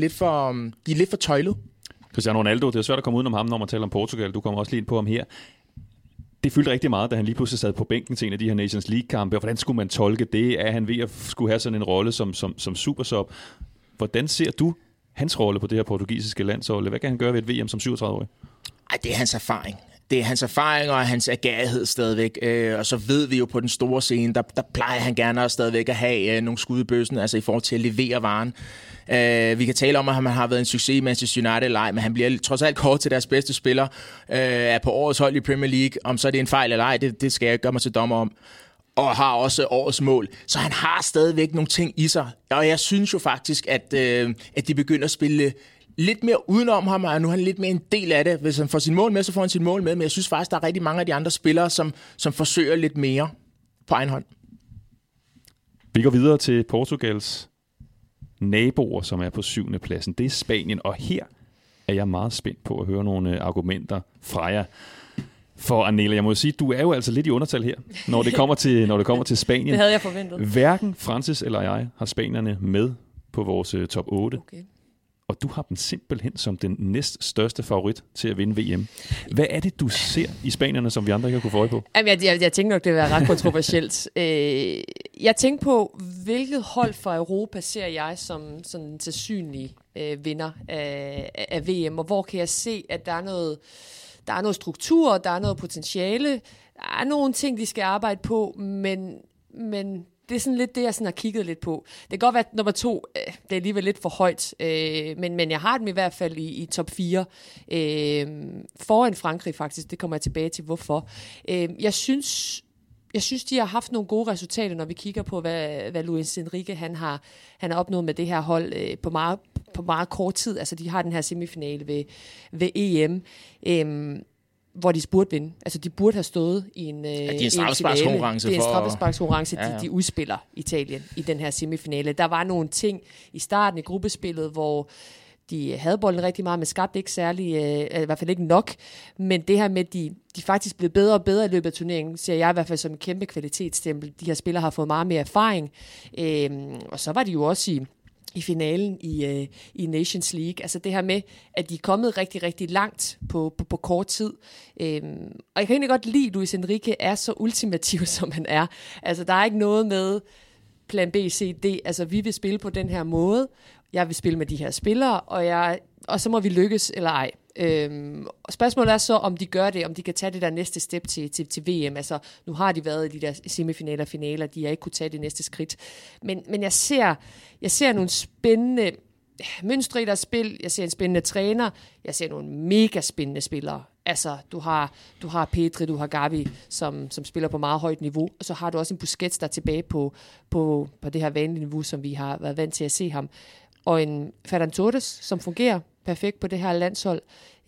for tøjlet. Cristiano Ronaldo, det er svært at komme udenom ham, når man taler om Portugal. Du kommer også lige ind på ham her. Det fyldte rigtig meget, da han lige pludselig sad på bænken til en af de her Nations League-kampe. Og hvordan skulle man tolke det? Er han ved at skulle have sådan en rolle som supersub? Hvordan ser du hans rolle på det her portugisiske landshold? Hvad kan han gøre ved et VM som 37-årig? Det er hans erfaring. Det er hans erfaring og hans agerighed stadigvæk. Og så ved vi jo på den store scene, der plejer han gerne stadigvæk at have nogle skud i bøssen, altså i forhold til at levere varen. Vi kan tale om, at han har været en succes i Manchester United eller ej, men han bliver trods alt kort til deres bedste spiller, er på årets hold i Premier League. Om så er det en fejl eller ej, det skal jeg ikke gøre mig til dommer om. Og har også årets mål. Så han har stadigvæk nogle ting i sig. Og jeg synes jo faktisk, at de begynder at spille lidt mere udenom ham, og nu er han lidt mere en del af det. Hvis han får sin mål med, så får han sin mål med. Men jeg synes faktisk, der er rigtig mange af de andre spillere, som forsøger lidt mere på egen hånd. Vi går videre til Portugals naboer, som er på 7. pladsen. Det er Spanien, og her er jeg meget spændt på at høre nogle argumenter fra jer. For Arnella, jeg må sige, du er jo altså lidt i undertal her, når det kommer til Spanien. Det havde jeg forventet. Hverken Francis eller jeg har spanierne med på vores top 8. Okay. Og du har dem simpelthen som den næststørste favorit til at vinde VM. Hvad er det, du ser i spanierne, som vi andre ikke har kunne få øje på? Jamen, jeg tænker nok, det vil være ret kontroversielt. Jeg tænker på, hvilket hold fra Europa ser jeg som sådan en sandsynlig vinder af VM, og hvor kan jeg se, at der er noget struktur, der er noget potentiale, der er nogle ting, de skal arbejde på, men det er sådan lidt det, jeg sådan har kigget lidt på. Det kan godt være, at nummer 2, det er alligevel lidt for højt, men jeg har dem i hvert fald i top 4. Foran Frankrig faktisk, det kommer jeg tilbage til, hvorfor. Jeg synes, Jeg synes, de har haft nogle gode resultater, når vi kigger på, hvad Luis Enrique han har opnået med det her hold på meget kort tid. Altså, de har den her semifinale ved EM, hvor de burde vinde. Altså, de burde have stået i en finale. Det er en straffesparkskonkurrence. Det er en straffesparkskonkurrence, de udspiller Italien i den her semifinale. Der var nogle ting i starten i gruppespillet, hvor de havde bolden rigtig meget, men skabte ikke særlig, i hvert fald ikke nok. Men det her med, at de faktisk blev bedre og bedre i løbet af turneringen, ser jeg i hvert fald som en kæmpe kvalitetsstempel. De her spillere har fået meget mere erfaring. Og så var de jo også i finalen i Nations League. Altså det her med, at de er kommet rigtig, rigtig langt på kort tid. Og jeg kan egentlig godt lide, at Luis Enrique er så ultimativ, som han er. Altså der er ikke noget med plan B, C, D. Altså vi vil spille på den her måde. Jeg vil spille med de her spillere, og så må vi lykkes eller ej. Spørgsmålet er så, om de gør det, om de kan tage det der næste step til VM. Altså, nu har de været i de der semifinaler og finaler, de har ikke kunne tage det næste skridt. Men jeg ser nogle spændende mønstre i deres spil, jeg ser en spændende træner, jeg ser nogle mega spændende spillere. Altså, du har Pedri, du har Gavi, som spiller på meget højt niveau, og så har du også en Busquets, der er tilbage på det her vanlige niveau, som vi har været vant til at se ham. Og en Ferran Torres, som fungerer perfekt på det her landshold.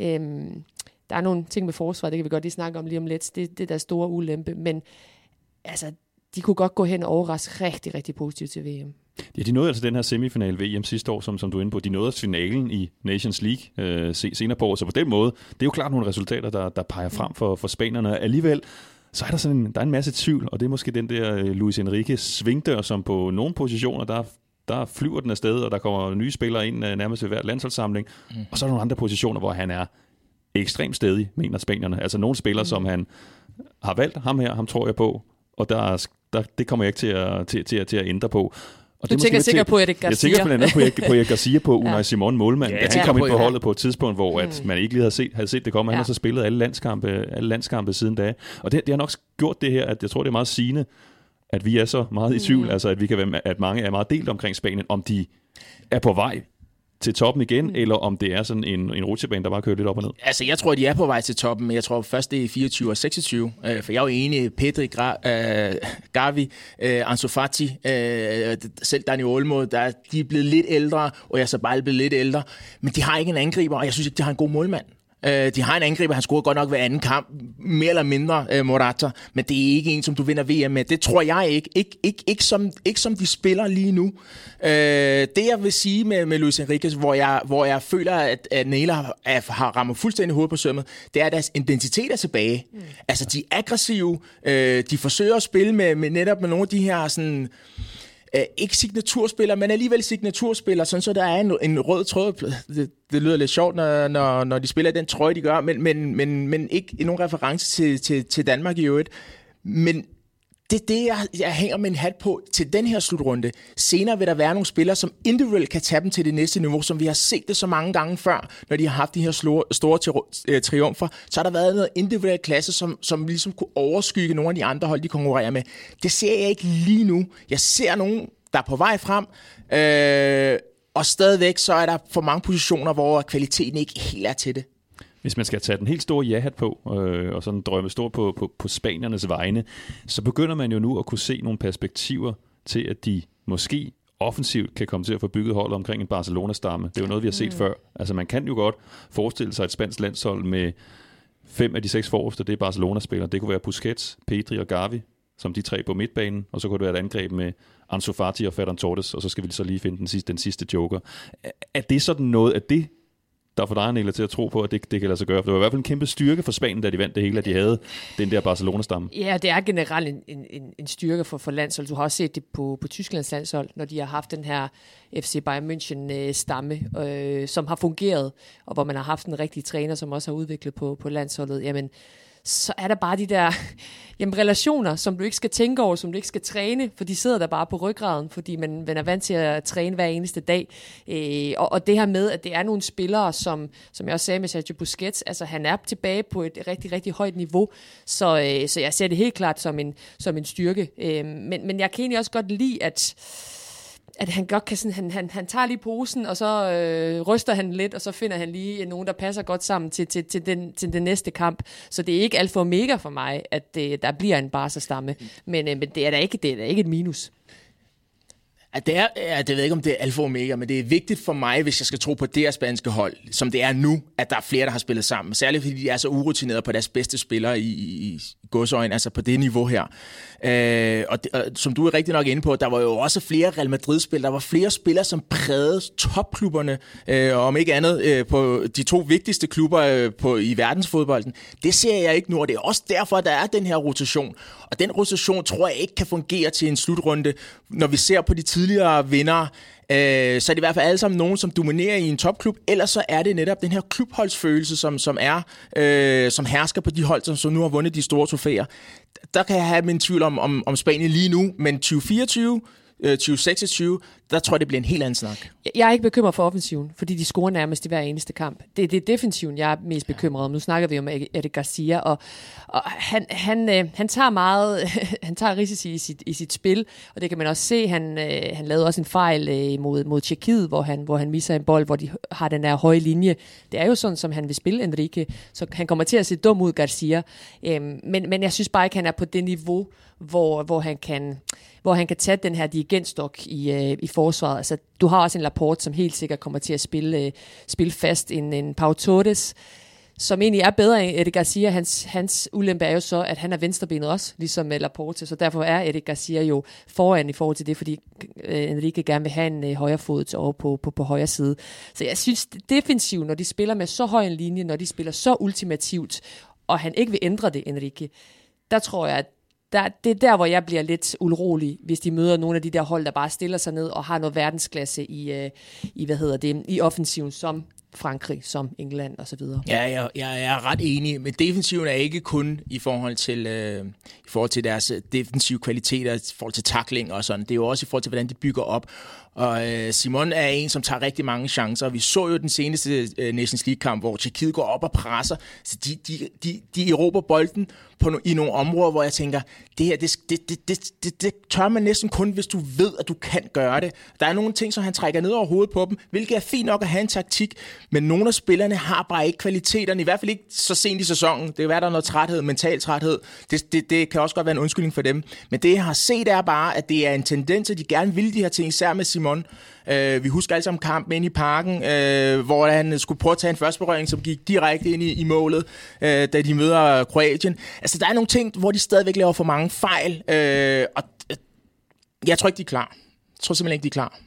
Der er nogle ting med forsvaret, det kan vi godt lige snakke om lige om lidt. Det er der store ulempe, men altså, de kunne godt gå hen og overraske rigtig, rigtig positivt til VM. Ja, de nåede altså den her semifinal ved EM sidste år, som du er inde på. De nåede finalen i Nations League senere på året. Så på den måde, det er jo klart nogle resultater, der peger frem for spanierne. Alligevel, så er der en masse tvivl, og det er måske den der Luis Enrique svingdør, som på nogle positioner, der flyver den afsted, og der kommer nye spillere ind nærmest ved hver landsholdssamling. Og så er der nogle andre positioner, hvor han er ekstremt stedig, mener spanierne. Altså nogle spillere, som han har valgt, ham tror jeg på, og det kommer jeg ikke til at ændre på. Og du tænker sikkert på Eric Garcia. Jeg tænker blandt andet på Eric Garcia på Unai Simon målmand. Ja, han kom ind på holdet på et tidspunkt, hvor at man ikke lige havde set det komme. Han har så spillet alle landskampe siden da. Og det har nok gjort det her, at jeg tror, det er meget sigende, at vi er så meget i tvivl, altså at mange er meget delt omkring Spanien, om de er på vej til toppen igen, eller om det er sådan en rutsjebane, der bare kører lidt op og ned? Altså, jeg tror, de er på vej til toppen, men jeg tror først, det er 24 og 26. For jeg er jo enig, Pedri, Gavi, Ansu Fati, selv Dani Olmo, de er blevet lidt ældre, og jeg så bare blevet lidt ældre, men de har ikke en angriber, og jeg synes ikke, de har en god målmand. De har en angriber, han scorer godt nok hver anden kamp, mere eller mindre Morata, men det er ikke en, som du vinder VM med. Det tror jeg ikke. Ikke som de spiller lige nu. Det jeg vil sige med Luis Enrique, hvor jeg føler, at Neila har rammet fuldstændig hovedet på sømmet, det er, at deres identitet er tilbage. Altså, de er aggressive, de forsøger at spille med netop med nogle af de her sådan... ikke signaturspiller, men alligevel signaturspiller, sådan så der er en rød tråd. Det lyder lidt sjovt, når de spiller den trøje, de gør, men ikke nogen reference til Danmark i øvrigt. Men det er det, jeg hænger med en hat på til den her slutrunde. Senere vil der være nogle spillere, som individuelt kan tage dem til det næste niveau, som vi har set det så mange gange før, når de har haft de her store triumfer. Så har der været noget individuel klasse, som ligesom kunne overskygge nogle af de andre hold, de konkurrerer med. Det ser jeg ikke lige nu. Jeg ser nogen, der er på vej frem, og stadigvæk så er der for mange positioner, hvor kvaliteten ikke helt er til det. Hvis man skal tage den helt store ja-hat på, og sådan drømme stort på spaniernes vegne, så begynder man jo nu at kunne se nogle perspektiver til, at de måske offensivt kan komme til at få bygget holdet omkring en Barcelona-stamme. Det er jo noget, vi har set før. Altså man kan jo godt forestille sig et spansk landshold med 5 af de 6 forreste, det er Barcelona-spillere. Det kunne være Busquets, Pedri og Gavi, som de 3 på midtbanen, og så kunne det være et angreb med Ansu Fati og Ferran Torres, og så skal vi så lige finde den sidste joker. Er det sådan noget, at det der får dig, Nela, til at tro på, at det kan lade sig gøre? For det var i hvert fald en kæmpe styrke for Spanien, da de vandt det hele, at de havde den der Barcelona-stamme. Ja, det er generelt en styrke for landshold. Du har også set det på Tysklands landshold, når de har haft den her FC Bayern München-stamme, som har fungeret, og hvor man har haft en rigtig træner, som også har udviklet på landsholdet. Jamen, så er der bare de der relationer, som du ikke skal tænke over, som du ikke skal træne, for de sidder der bare på ryggraden, fordi man er vant til at træne hver eneste dag. Og det her med, at det er nogle spillere, som jeg også sagde med Sergio Busquets, altså han er tilbage på et rigtig, rigtig højt niveau, så jeg ser det helt klart som en styrke. Men jeg kan egentlig også godt lide, at han godt kan sådan, han tager lige posen, og så ryster han lidt, og så finder han lige nogen, der passer godt sammen til den næste kamp. Så det er ikke alfa og omega for mig, at der bliver en Barca-stamme. Men det er da ikke et minus. Det ved jeg ikke, om det er alfa og omega, men det er vigtigt for mig, hvis jeg skal tro på det her spanske hold, som det er nu, at der er flere, der har spillet sammen. Særligt fordi de er så urutinerede på deres bedste spillere i godsøjne, altså på det niveau her. Og som du er rigtig nok inde på, der var jo også flere Real Madrid-spillere. Der var flere spillere, som prægede topklubberne, om ikke andet på de 2 vigtigste klubber i verdensfodbolden. Det ser jeg ikke nu, og det er også derfor, at der er den her rotation. Og den rotation tror jeg ikke kan fungere til en slutrunde. Når vi ser på de tidligere vindere, så er det i hvert fald alle sammen nogen, som dominerer i en topklub. Ellers så er det netop den her klubholdsfølelse, som hersker på de hold, som nu har vundet de store trofæer. Der kan jeg have min tvivl om Spanien lige nu, men 2024, 2026, der tror jeg, det bliver en helt anden snak. Jeg er ikke bekymret for offensiven, fordi de scorer nærmest i hver eneste kamp. Det er defensiven, jeg er mest bekymret om. Nu snakker vi om Eric Garcia, og han tager meget, han tager risici i sit spil, og det kan man også se. Han lavede også en fejl mod Tjekkiet, hvor han misser en bold, hvor de har den der høje linje. Det er jo sådan, som han vil spille, Enrique, så han kommer til at se dum ud, Garcia. Men jeg synes bare ikke, han er på det niveau, hvor han kan tage den her dirigentstok i forsvaret. Altså, du har også en Laporte, som helt sikkert kommer til at spille fast en Pau Torres, som egentlig er bedre end Eric Garcia. Hans ulempe er jo så, at han er venstrebenet også, ligesom Laporte, så derfor er Eric Garcia jo foran i forhold til det, fordi Enrique gerne vil have en højre fod til over på højre side. Så jeg synes, defensivt, når de spiller med så høj en linje, når de spiller så ultimativt, og han ikke vil ændre det, Enrique, der tror jeg, at det er der, hvor jeg bliver lidt urolig, hvis de møder nogle af de der hold, der bare stiller sig ned og har noget verdensklasse i offensiven, som Frankrig, som England og så videre. Ja, jeg er ret enig, men defensiven er ikke kun i forhold til deres defensive kvaliteter, i forhold til tackling og sådan. Det er jo også i forhold til, hvordan de bygger op. Og Simon er en, som tager rigtig mange chancer. Vi så jo den seneste Nations League-kamp, hvor Tjekkiet går op og presser. Så de erobrer bolden i nogle områder, hvor jeg tænker, det her, det tør man næsten kun, hvis du ved, at du kan gøre det. Der er nogle ting, som han trækker ned over hovedet på dem, hvilket er fint nok at have en taktik, men nogle af spillerne har bare ikke kvaliteterne, i hvert fald ikke så sent i sæsonen. Det kan være, der er noget træthed, mental træthed. Det kan også godt være en undskyldning for dem. Men det, jeg har set, er bare, at det er en tendens, at de gerne vil de her ting, især med Simon. Vi husker alle sammen kampen inde i parken, hvor han skulle prøve at tage en første berøring, som gik direkte ind i målet, da de møder Kroatien. Altså, der er nogle ting, hvor de stadigvæk laver for mange fejl, og jeg tror ikke, de er klar. Jeg tror simpelthen ikke, de er klar.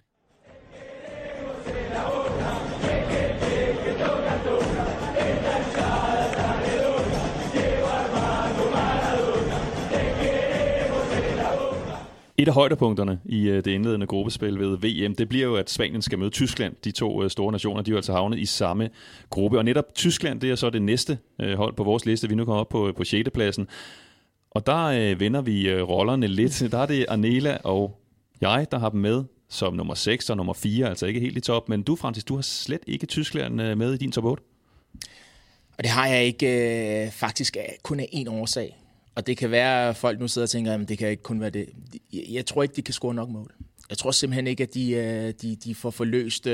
Et af højdepunkterne i det indledende gruppespil ved VM, det bliver jo, at Spanien skal møde Tyskland. De 2 store nationer, de er jo altså havnet i samme gruppe. Og netop Tyskland, det er så det næste hold på vores liste. Vi nu kommer op på 6. pladsen. Og der vender vi rollerne lidt. Der er det Arnela og jeg, der har dem med som nummer 6 og nummer 4, altså ikke helt i top. Men du, Francis, du har slet ikke Tyskland med i din top 8. Og det har jeg ikke faktisk kun af én årsag. Og det kan være, at folk nu sidder og tænker, at det kan ikke kun være det. Jeg tror ikke, de kan score nok mål. Jeg tror simpelthen ikke, at de får forløst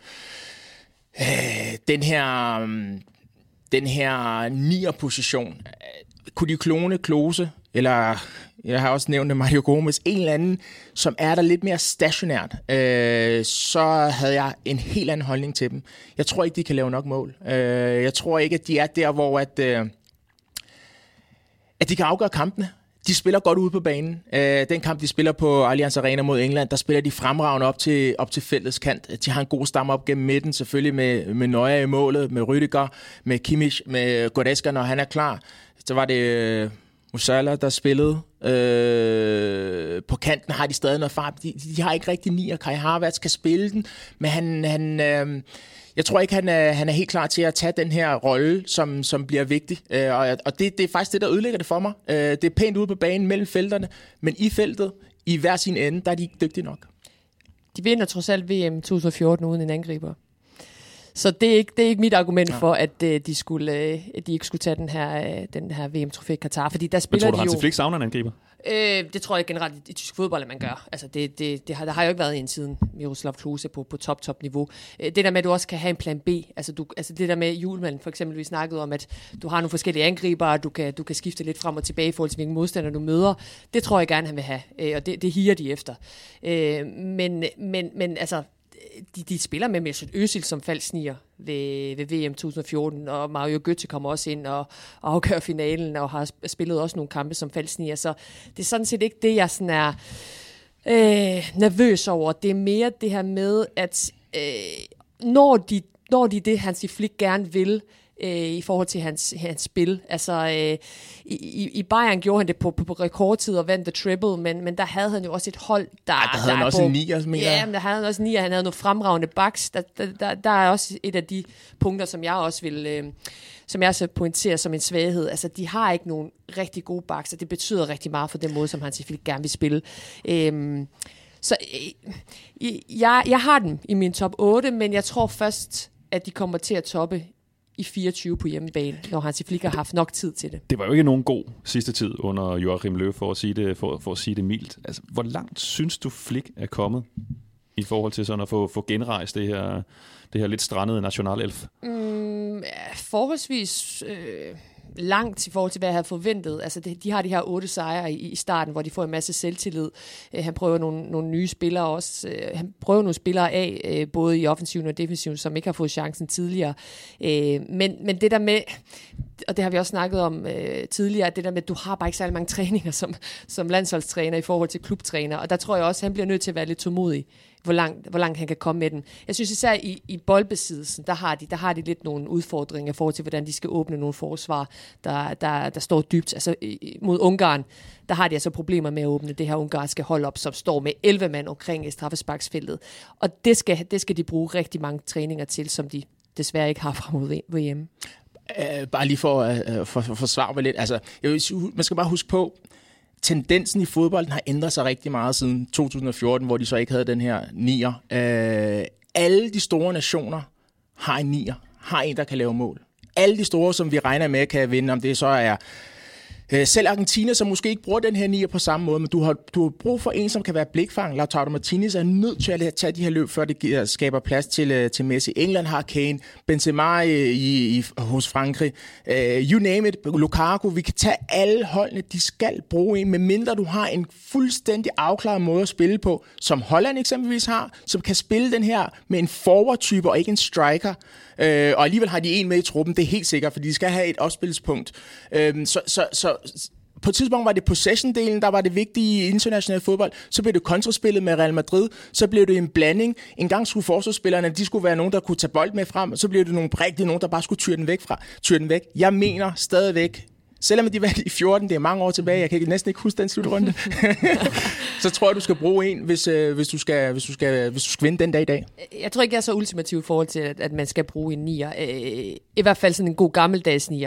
den her 9'er-position. Kunne de klone Klose, eller jeg har også nævnt Mario Gomez, en eller anden, som er der lidt mere stationært, så havde jeg en helt anden holdning til dem. Jeg tror ikke, de kan lave nok mål. Jeg tror ikke, at de er der, hvor at de kan afgøre kampene. De spiller godt ude på banen. Den kamp, de spiller på Allianz Arena mod England, der spiller de fremragende op til fældets kant. De har en god stamme op gennem midten, selvfølgelig med Neuer i målet, med Rüdiger, med Kimmich, med Goretzka, når han er klar. Så var det Musiala, der spillede. På kanten har de stadig noget fart. De har ikke rigtig 9, og Kai Havertz kan spille den, men jeg tror ikke, han er helt klar til at tage den her rolle, som bliver vigtig. Og det er faktisk det, der ødelægger det for mig. Det er pænt ude på banen mellem felterne, men i feltet, i hver sin ende, der er de ikke dygtige nok. De vinder trods alt VM 2014 uden en angriber. Så det er ikke mit argument for, at de ikke skulle tage den her VM-trofæ i Katar. Fordi der spiller men tror du, Hansi Flick savner en angriber? Det tror jeg generelt i tysk fodbold, at man gør. Altså, der har jo ikke været en siden Miroslav Klose på top-niveau. Det der med, at du også kan have en plan B. Altså det der med Hjulmand, for eksempel, vi snakkede om, at du har nogle forskellige angriber, du kan skifte lidt frem og tilbage i forhold til, hvilken modstander du møder. Det tror jeg gerne, han vil have, og det higer de efter. Men altså, de spiller med Mesut Özil som faldsnier ved VM 2014, og Mario Götze kommer også ind og afgør finalen, og har spillet også nogle kampe som faldsnier, så det er sådan set ikke det, jeg sådan er nervøs over. Det er mere det her med, at når de det, Hansi Flick gerne vil, i forhold til hans spil. Altså, i Bayern gjorde han det på rekordtid og vandt the triple, men der havde han jo også et hold, der havde han også en nier, mener jeg. Ja, men der havde han også en nier. Han havde nogle fremragende backs. Der er også et af de punkter, som jeg også vil som jeg så pointerer som en svaghed. Altså, de har ikke nogen rigtig gode backs, og det betyder rigtig meget for den måde, som Hansi Flick gerne vil spille. Så jeg har dem i min top 8, men jeg tror først, at de kommer til at toppe i 24 på hjemmebane, når Hansi Flick har haft nok tid til det. Det var jo ikke nogen god sidste tid under Joachim Löw, for at sige det mildt. Altså, hvor langt synes du Flick er kommet i forhold til sådan at få genrejst det her lidt strandede nationalelf? Forholdsvis langt i forhold til, hvad jeg havde forventet. Altså, de har de her 8 sejre i starten, hvor de får en masse selvtillid. Han prøver nogle nye spillere også. Han prøver nogle spillere af, både i offensiven og defensiven, som ikke har fået chancen tidligere. Men det der med, og det har vi også snakket om tidligere, det der med, at du har bare ikke særlig mange træninger som landsholdstræner i forhold til klubtræner, og der tror jeg også, at han bliver nødt til at være lidt tålmodig, hvor langt han kan komme med den. Jeg synes især i boldbesiddelsen, der har de lidt nogle udfordringer i forhold til, hvordan de skal åbne nogle forsvar, der står dybt. Altså mod Ungarn, der har de altså problemer med at åbne det her ungarske hold op, som står med 11 mand omkring straffesparksfeltet. Og det skal de bruge rigtig mange træninger til, som de desværre ikke har frem mod VM. Bare lige for at forsvare mig lidt. Altså, man skal bare huske på, tendensen i fodbolden har ændret sig rigtig meget siden 2014, hvor de så ikke havde den her nier. Alle de store nationer har en nier, har en, der kan lave mål. Alle de store, som vi regner med kan vinde, om det så er selv Argentina, som måske ikke bruger den her nier på samme måde, men du har brug for en, som kan være blikfang. Lautaro Martinez er nødt til at tage de her løb, før det skaber plads til Messi. England har Kane, Benzema hos Frankrig, you name it, Lukaku. Vi kan tage alle holdene, de skal bruge en, medmindre du har en fuldstændig afklaret måde at spille på, som Holland eksempelvis har, som kan spille den her med en forward-type og ikke en striker. Og alligevel har de en med i truppen, det er helt sikkert, fordi de skal have et opspilspunkt. Så på et tidspunkt var det possession-delen, der var det vigtige i international fodbold. Så blev det kontraspillet med Real Madrid. Så blev det en blanding. En gang skulle forsvarsspillerne, de skulle være nogen, der kunne tage bold med frem. Så blev det nogen, der bare skulle tyre den væk. Jeg mener stadigvæk, selvom de vandt i 14, det er mange år tilbage, jeg kan næsten ikke huske den slutrunde, så tror jeg, du skal bruge en, hvis du skal vinde den dag i dag. Jeg tror ikke, jeg er så ultimativ i forhold til, at man skal bruge en nier. I hvert fald sådan en god gammeldags nier.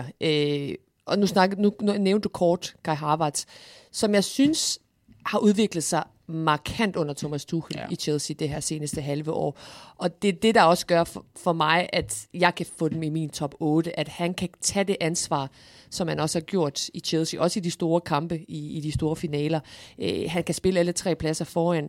Og nu nævnte du kort Kai Havertz, som jeg synes har udviklet sig markant under Thomas Tuchel i Chelsea det her seneste halve år. Og det er det, der også gør for mig, at jeg kan få dem i min top 8, at han kan tage det ansvar, som han også har gjort i Chelsea, også i de store kampe, i de store finaler. Han kan spille alle 3 pladser foran,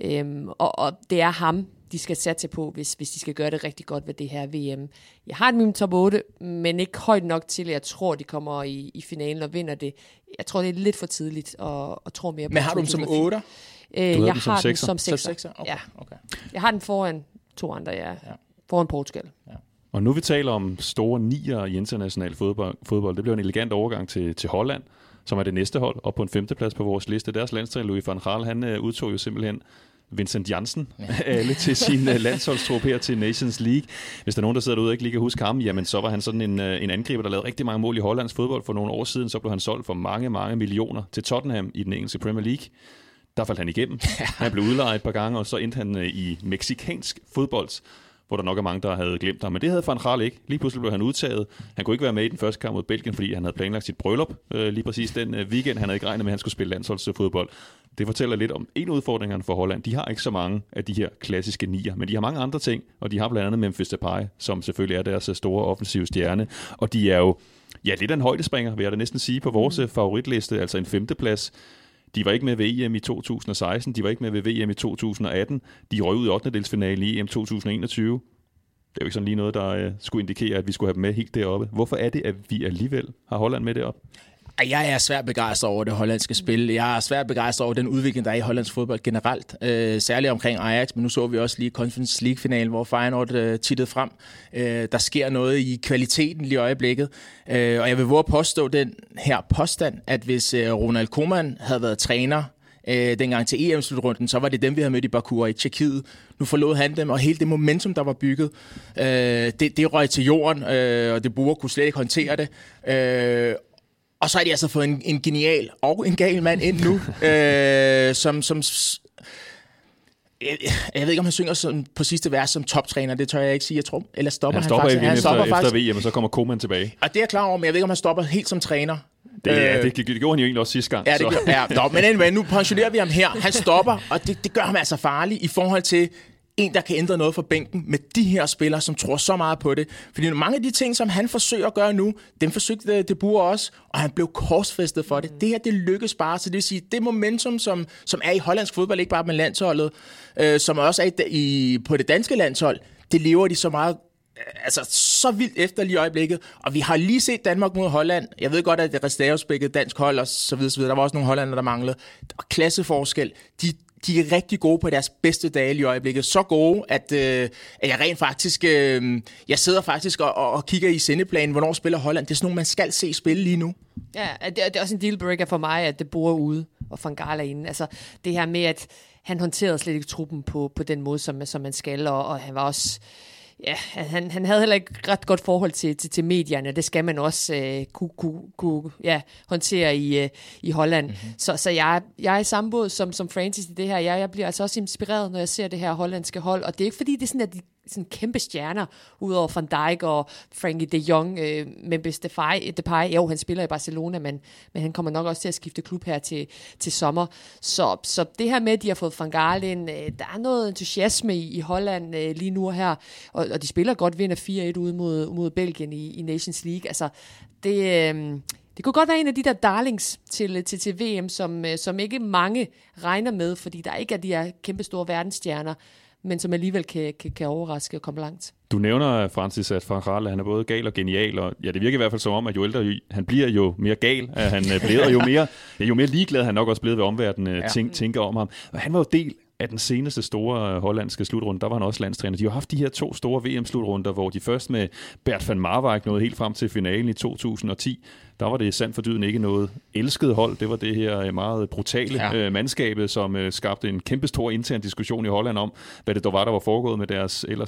og det er ham, de skal satse på, hvis de skal gøre det rigtig godt ved det her VM. Jeg har min top 8, men ikke højt nok til, at jeg tror, de kommer i finalen og vinder det. Jeg tror, det er lidt for tidligt at tro mere på. Men har du dem som 8? Jeg har den som 6. Okay. Jeg har den foran 2 andre, foran Portugal. Ja. Og nu vi taler om store nier i international fodbold, det bliver en elegant overgang til Holland, som er det næste hold, op på en 5. plads på vores liste. Deres landstræner Louis van Gaal, han udtog jo simpelthen Vincent Janssen alle til sin landsholdstrup her til Nations League. Hvis der er nogen, der sidder derude og ikke lige kan huske ham, jamen så var han sådan en angriber, der lavede rigtig mange mål i Hollands fodbold for nogle år siden. Så blev han solgt for mange, mange millioner til Tottenham i den engelske Premier League. Der faldt han igennem. Han blev udlejet et par gange, og så endte han i mexikansk fodbold, hvor der nok er mange, der havde glemt ham. Men det havde Van Gaal ikke. Lige pludselig blev han udtaget. Han kunne ikke være med i den første kamp mod Belgien, fordi han havde planlagt sit bryllup lige præcis den weekend. Han havde ikke regnet med, at han skulle spille landsholdsfodbold. Det fortæller lidt om en udfordring for Holland. De har ikke så mange af de her klassiske nier, men de har mange andre ting, og de har blandt andet Memphis Depay, som selvfølgelig er deres store offensive stjerne. Og de er jo lidt af en højdespringer, vil jeg da næsten sige, på vores favoritliste, altså en 5. plads. De var ikke med ved EM i 2016, de var ikke med ved VM i 2018, de røg ud i 8. i EM 2021. Det er jo ikke sådan lige noget, der skulle indikere, at vi skulle have dem med helt deroppe. Hvorfor er det, at vi alligevel har Holland med deroppe? Jeg er svært begejstret over det hollandske spil. Jeg er svært begejstret over den udvikling, der er i hollandsk fodbold generelt. Særligt omkring Ajax, men nu så vi også lige Conference League-finalen, hvor Feyenoord tittede frem. Der sker noget i kvaliteten lige i øjeblikket. Og jeg vil våge at påstå den her påstand, at hvis Ronald Koeman havde været træner dengang til EM-slutrunden, så var det dem, vi havde mødt i Baku og i Tjekkiet. Nu forlod han dem, og hele det momentum, der var bygget, det røg til jorden, og det burde kunne slet ikke håndtere det. Og så har de altså fået en genial og en gal mand ind nu, som jeg ved ikke, om han synger som, på sidste vers som toptræner, det tør jeg ikke sige, jeg tror. Eller stopper han faktisk? Han stopper efter VM, og så kommer Koeman tilbage. Og det er jeg klar over, men jeg ved ikke, om han stopper helt som træner. Det gjorde han jo egentlig også sidste gang. Ja, men anyway, nu pensionerer vi ham her. Han stopper, og det gør ham altså farlig i forhold til en, der kan ændre noget for bænken med de her spillere, som tror så meget på det. Fordi mange af de ting, som han forsøger at gøre nu, dem forsøgte De Boer også, og han blev korsfæstet for det. Det her, det lykkes bare. Så det vil sige, det momentum, som er i hollandsk fodbold, ikke bare med landsholdet, som også er på det danske landshold, det lever de så meget, altså så vildt efter lige i øjeblikket. Og vi har lige set Danmark mod Holland. Jeg ved godt, at det restavspækket dansk hold og så videre. Der var også nogle hollænder, der manglede. Og klasseforskel. De er rigtig gode på deres bedste dage i øjeblikket. Så gode, at jeg rent faktisk... jeg sidder faktisk og kigger i sendeplanen, hvornår spiller Holland. Det er sådan nogle, man skal se spille lige nu. Ja, det er også en dealbreaker for mig, at det bor ude og Van Gaal er inde. Altså det her med, at han håndterede slet ikke truppen på den måde, som man skal, og han var også... Ja, han havde heller ikke ret godt forhold til medierne. Det skal man også kunne håndtere i Holland. Mm-hmm. Så jeg er i samme båd som Francis i det her. Jeg bliver altså også inspireret, når jeg ser det her hollandske hold. Og det er ikke fordi, det er sådan, at de sådan kæmpe stjerner, udover Van Dijk og Frankie de Jong, Memphis Depay. Jo, han spiller i Barcelona, men han kommer nok også til at skifte klub her til sommer. Så det her med, at de har fået Van Gaal ind, der er noget entusiasme i Holland lige nu her, og de spiller godt, vinder 4-1 ude mod Belgien i Nations League. Altså, det kunne godt være en af de der darlings til VM, som ikke mange regner med, fordi der ikke er de her kæmpe store verdensstjerner, men som alligevel kan overraske og komme langt. Du nævner, Francis, at Van Gaal, han er både gal og genial, og ja, det virker i hvert fald som om, at jo ældre han bliver, jo mere gal han bliver, og jo mere ligeglad han nok også blevet ved omverdenen tænker om ham. Og han var jo del af den seneste store hollandske slutrunde, der var han også landstræner. De har haft de her 2 store VM-slutrunder, hvor de først med Bert van Marwijk nåede helt frem til finalen i 2010. Der var det sandt for dyden ikke noget elsket hold. Det var det her meget brutale mandskabet, som skabte en kæmpestor intern diskussion i Holland om, hvad det dog var, der var foregået med deres ellers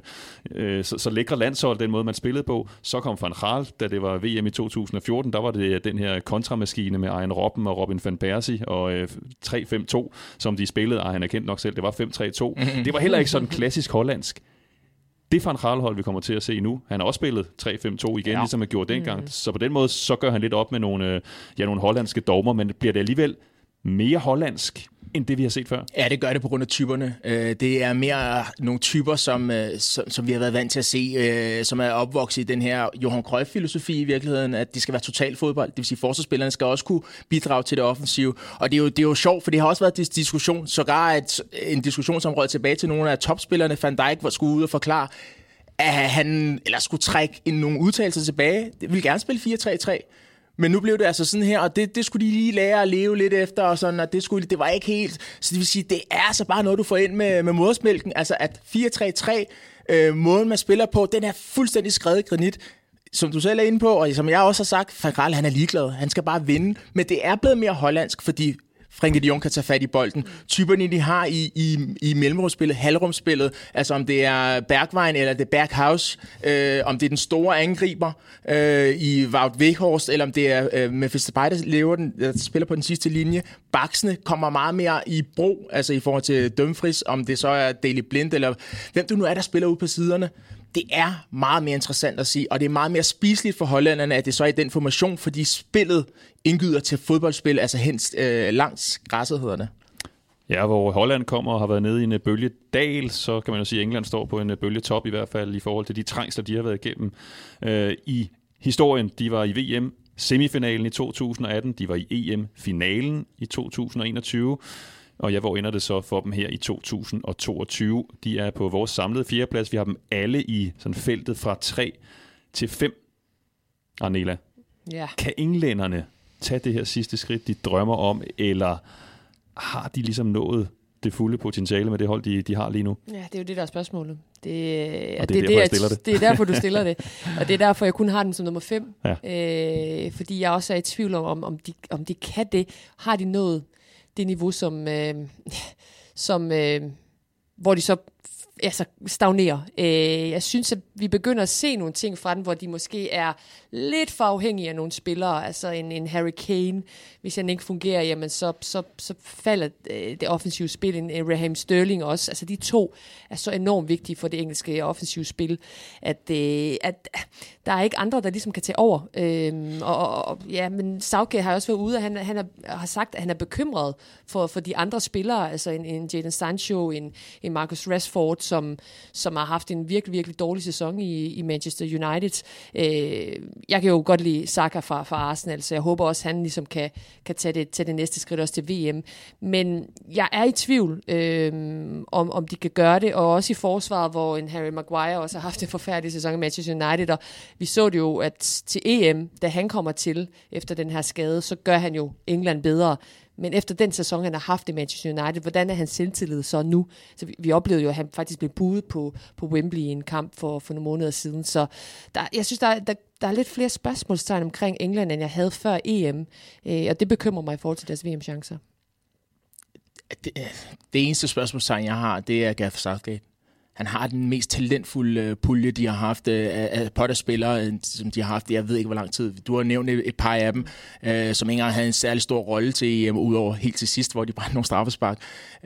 så lækre landshold, den måde, man spillede på. Så kom Van Gaal, da det var VM i 2014, der var det den her kontramaskine med Arjen Robben og Robin van Persie og 3-5-2, som de spillede. Han er kendt nok selv, det var 5-3-2. Mm-hmm. Det var heller ikke sådan klassisk hollandsk. Det Van Gaal-hold, vi kommer til at se nu, han har også spillet 3-5-2 igen, ligesom han gjorde dengang. Så på den måde, så gør han lidt op med nogle hollandske dogmer, men bliver det alligevel mere hollandsk, end det vi har set før? Ja, det gør det på grund af typerne. Det er mere nogle typer, som vi har været vant til at se, som er opvokset i den her Johan Cruyff-filosofi i virkeligheden, at de skal være total fodbold. Det vil sige, at forsvarsspillerne skal også kunne bidrage til det offensive. Og det er jo sjovt, for det har også været diskussion, sågar en diskussion, som rød tilbage til nogle af topspillerne. Van Dijk skulle ud og forklare, at han skulle trække nogle udtalelser tilbage. Det ville gerne spille 4-3-3. Men nu blev det altså sådan her, og det skulle de lige lære at leve lidt efter, og sådan, og det var ikke helt. Så det vil sige, det er altså bare noget, du får ind med modersmælken. Altså at 4-3-3, måden man spiller på, den er fuldstændig skrevet i granit. Som du selv er inde på, og som jeg også har sagt, Van Gaal, han er ligeglad. Han skal bare vinde. Men det er blevet mere hollandsk, fordi Frankie de Jong kan tage fat i bolden. Typerne, de har i mellemrumsspillet, halvrumsspillet, altså om det er Bergwijn eller det er Berghaus, om det er den store angriber i Wout Weghorst, eller om det er Memphis Depay, der spiller på den sidste linje. Baksene kommer meget mere i brug, altså i forhold til Dumfries, om det så er Daley Blind, eller hvem du nu er, der spiller ude på siderne. Det er meget mere interessant at sige, og det er meget mere spiseligt for hollænderne, at det så er i den formation, fordi spillet indgyder til fodboldspil, altså helst langs græsset hedder det. Ja, hvor Holland kommer og har været nede i en bølgedal, så kan man jo sige, at England står på en bølgetop i hvert fald i forhold til de trængsler, de har været igennem i historien. De var i VM semifinalen i 2018, de var i EM-finalen i 2021, og hvor ender det så for dem her i 2022? De er på vores samlede fjerdeplads. Vi har dem alle i sådan feltet fra 3 til 5. Arnela, kan englænderne tage det her sidste skridt, de drømmer om, eller har de ligesom nået det fulde potentiale med det hold, de har lige nu? Ja, det er jo det, der er spørgsmålet. Det er derfor, du stiller det. Og det er derfor, jeg kun har den som nummer 5. Ja. Fordi jeg også er i tvivl om de kan det. Har de nået det niveau, hvor de så stagnerer. Jeg synes, at vi begynder at se nogle ting fra den, hvor de måske er lidt for afhængige af nogle spillere. Altså en Harry Kane, hvis han ikke fungerer, jamen så falder det offensive spil. En Raheem Sterling også. Altså de to er så enormt vigtige for det engelske offensive spil, at der er ikke andre, der ligesom kan tage over. Men Southgate har også været ude, og han har sagt, at han er bekymret for de andre spillere, altså en Jadon Sancho, en Marcus Rashford, som har haft en virkelig, virkelig dårlig sæson i Manchester United. Jeg kan jo godt lide Saka fra Arsenal, så jeg håber også, at han ligesom kan tage det næste skridt også til VM. Men jeg er i tvivl, om de kan gøre det, og også i forsvaret, hvor en Harry Maguire også har haft en forfærdelig sæson i Manchester United, og vi så det jo, at til EM, da han kommer til efter den her skade, så gør han jo England bedre. Men efter den sæson, han har haft i Manchester United, hvordan er hans selvtillid så nu? Så vi oplevede jo, at han faktisk blev budet på Wembley i en kamp for nogle måneder siden. Så jeg synes, der er lidt flere spørgsmålstegn omkring England, end jeg havde før EM. Og det bekymrer mig i forhold til deres VM-chancer. Det eneste spørgsmålstegn, jeg har, det er Gareth Southgate. Han har den mest talentfulde pulje, de har haft af Potter-spillere, som de har haft, jeg ved ikke hvor lang tid. Du har nævnt et par af dem, som ikke engang havde en særlig stor rolle til EM, udover helt til sidst, hvor de brændte nogle straffespark.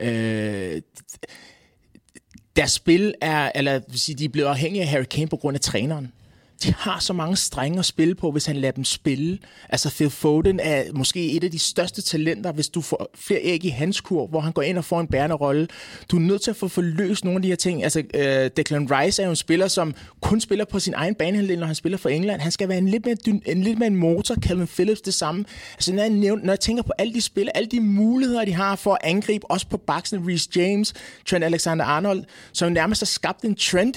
Deres spil de er blevet afhængige af Harry Kane på grund af træneren. De har så mange strenge at spille på, hvis han lader dem spille. Altså Phil Foden er måske et af de største talenter, hvis du får flere æg i hans kur, hvor han går ind og får en bærende rolle. Du er nødt til at få forløst nogle af de her ting. Altså Declan Rice er jo en spiller, som kun spiller på sin egen banehalvdel, når han spiller for England. Han skal være en lidt mere en motor. Calvin Phillips det samme. Altså når jeg tænker på alle de spillere, alle de muligheder, de har for at angribe, også på baksen, Reece James, Trent Alexander-Arnold, som nærmest har skabt en trend,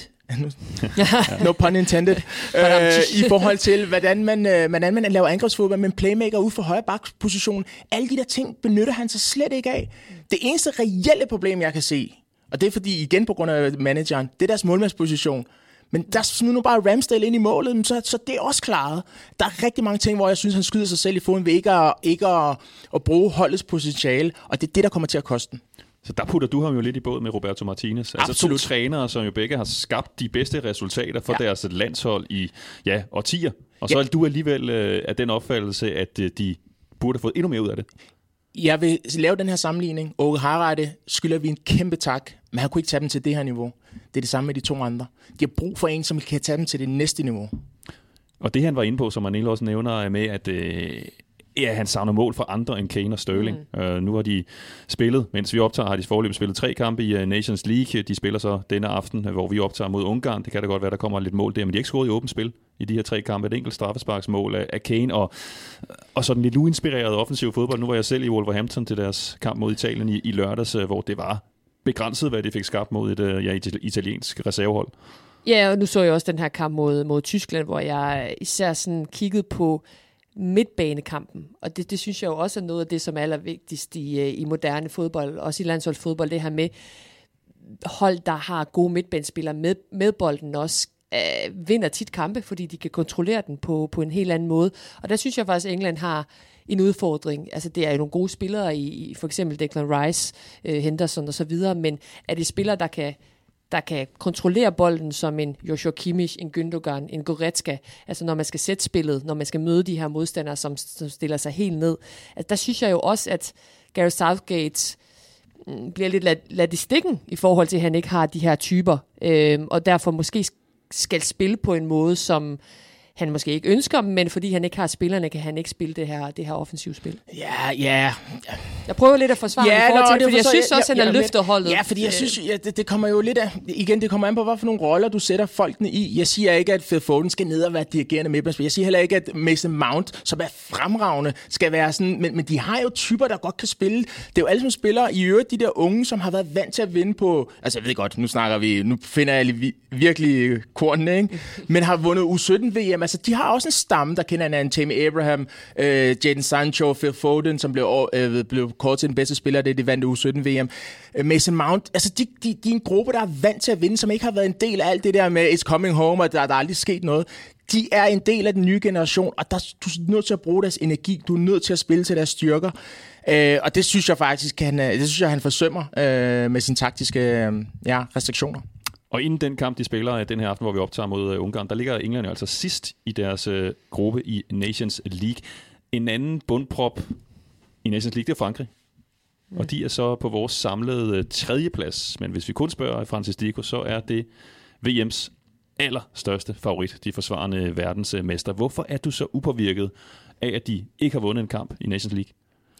no pun intended, i forhold til, hvordan man laver angrebsfodbold med en playmaker ude for højre bakposition. Alle de der ting benytter han sig slet ikke af. Det eneste reelle problem, jeg kan se, og det er fordi, igen på grund af manageren, det er deres målmandsposition. Men der smider nu bare Ramsdale ind i målet, så det er også klaret. Der er rigtig mange ting, hvor jeg synes, han skyder sig selv i foden ved ikke at bruge holdets potentiale, og det er det, der kommer til at koste den. Så der putter du ham jo lidt i båd med Roberto Martinez. Altså Absolut. 2 trænere, som jo begge har skabt de bedste resultater for deres landshold i årtier. Og så er du alligevel af den opfattelse, at de burde have fået endnu mere ud af det. Jeg vil lave den her sammenligning. Åke Hareide skylder vi en kæmpe tak, men han kunne ikke tage dem til det her niveau. Det er det samme med de 2 andre. De har brug for en, som kan tage dem til det næste niveau. Og det han var inde på, som Arnela også nævner med, at han savner mål for andre end Kane og Sterling. Nu har de spillet, mens vi optager, har de foreløbig spillet 3 kampe i Nations League. De spiller så denne aften, hvor vi optager mod Ungarn. Det kan da godt være, der kommer lidt mål der, men de har ikke scoret i åbent spil i de her 3 kampe. Et enkelt straffesparksmål af Kane, og sådan lidt uinspireret offensiv fodbold. Nu var jeg selv i Wolverhampton til deres kamp mod Italien i lørdags, hvor det var begrænset, hvad de fik skabt mod et italiensk reservehold. Ja, og nu så jeg også den her kamp mod Tyskland, hvor jeg især sådan kiggede på midtbanekampen, og det synes jeg jo også er noget af det, som er allervigtigst i moderne fodbold, også i landsholdsfodbold, det her med hold, der har gode midtbanespillere med bolden også, vinder tit kampe, fordi de kan kontrollere den på en helt anden måde, og der synes jeg faktisk, at England har en udfordring. Altså det er jo nogle gode spillere i for eksempel Declan Rice, Henderson og så videre, men er det spillere, der kan kontrollere bolden som en Joshua Kimmich, en Gündogan, en Goretzka, altså når man skal sætte spillet, når man skal møde de her modstandere, som stiller sig helt ned. Altså, der synes jeg jo også, at Gareth Southgate bliver lidt ladt i stikken i forhold til, at han ikke har de her typer, og derfor måske skal spille på en måde, som han måske ikke ønsker, men fordi han ikke har spillerne, kan han ikke spille det her offensive spil. Ja. Jeg prøver lidt at forsvare i forhold til det, fordi jeg synes også, han har løftet holdet. Ja, fordi jeg synes, det kommer jo lidt af, igen, det kommer an på, hvad for nogle roller du sætter folkene i. Jeg siger ikke, at Phil Foden skal ned og være dirigerende midtbanespiller. Jeg siger heller ikke, at Mason Mount, som er fremragende, skal være sådan, men de har jo typer, der godt kan spille. Det er jo alle som spillere, i øvrigt de der unge, som har været vant til at vinde på, altså jeg ved godt, nu finder jeg virkelig kortene, ikke? Men har vundet U17-VM. Altså, de har også en stamme, der kender hinanden. Tammy Abraham, Jadon Sancho, Phil Foden, som blev kåret til den bedste spiller, det vandt U17-VM. Mason Mount. Altså, de er en gruppe, der er vant til at vinde, som ikke har været en del af alt det der med It's coming home, og der er aldrig sket noget. De er en del af den nye generation, og du er nødt til at bruge deres energi. Du er nødt til at spille til deres styrker. Og det synes jeg faktisk, han forsømmer med sine taktiske restriktioner. Og inden den kamp, de spiller den her aften, hvor vi optager mod Ungarn, der ligger England jo altså sidst i deres gruppe i Nations League. En anden bundprop i Nations League, det er Frankrig. Og de er så på vores samlede 3. plads. Men hvis vi kun spørger Francis Dico, så er det VM's allerstørste favorit, de forsvarende verdensmester. Hvorfor er du så upåvirket af, at de ikke har vundet en kamp i Nations League?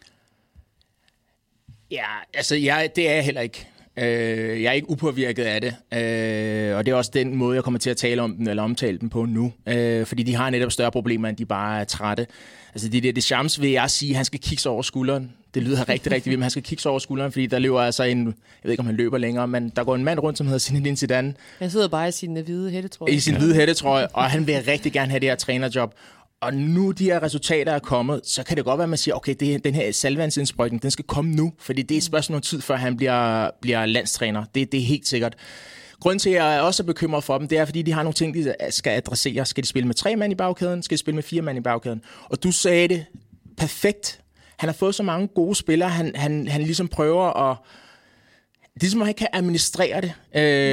Ja, altså det er jeg heller ikke. Jeg er ikke upåvirket af det, og det er også den måde, jeg kommer til at tale om den, eller omtale den på nu, fordi de har netop større problemer, end de bare er trætte. Altså det charms vil jeg sige, han skal kigge over skulderen. Det lyder rigtig, rigtig vildt, men han skal kigge over skulderen, fordi der løber altså jeg ved ikke, om han løber længere, men der går en mand rundt, som hedder Zinedine Zidane. Han sidder bare i sin hvide hættetrøje. I sin hvide hættetrøje, og han vil rigtig gerne have det her trænerjob. Og nu de her resultater er kommet, så kan det godt være, at man siger, okay, den her saltvandsindsprøjtning, den skal komme nu, fordi det er et spørgsmål om tid, før han bliver landstræner. Det er helt sikkert. Grunden til, at jeg også er bekymret for dem, det er, fordi de har nogle ting, de skal adressere. Skal de spille med 3 mand i bagkæden? Skal de spille med 4 mand i bagkæden? Og du sagde det perfekt. Han har fået så mange gode spillere, han ligesom prøver at... Det er ligesom, at han kan administrere det.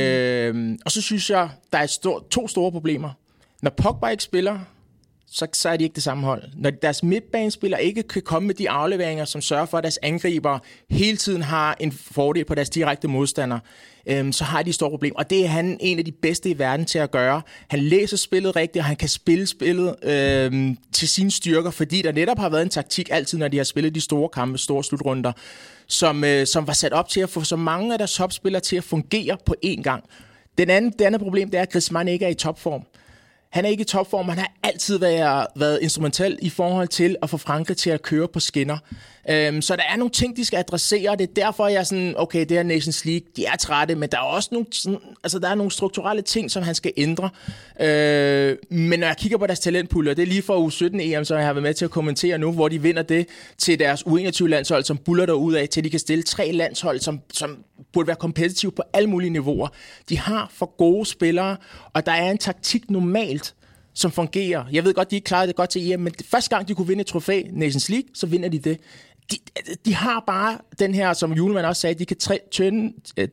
Og så synes jeg, der er 2 store problemer. Når Pogba ikke spiller, så er de ikke det samme hold. Når deres midtbanespillere ikke kan komme med de afleveringer, som sørger for, at deres angriber hele tiden har en fordel på deres direkte modstandere, så har de et stort problem. Og det er han en af de bedste i verden til at gøre. Han læser spillet rigtigt, og han kan spille spillet til sine styrker, fordi der netop har været en taktik altid, når de har spillet de store kampe, store slutrunder, som var sat op til at få så mange af deres topspillere til at fungere på én gang. Det andet problem, det er, at Griezmann ikke er i topform. Han er ikke i topform, han har altid været instrumentel i forhold til at få Frankrig til at køre på skinner. Så der er nogle ting, de skal adressere, og det er derfor, jeg er sådan, okay, det her Nations League, de er trætte, men der er også nogle strukturelle ting, som han skal ændre. Men når jeg kigger på deres talentpuljer, det er lige fra U17-EM, så jeg har været med til at kommentere nu, hvor de vinder det til deres U21-landshold, som buller derud af, til de kan stille 3 landshold, som burde være kompetitive på alle mulige niveauer. De har for gode spillere, og der er en taktik normalt, som fungerer. Jeg ved godt, de ikke klarede det godt til EM, men første gang, de kunne vinde et trofæ, Nations League, så vinder de det. De har bare den her, som Julemand også sagde, de kan turn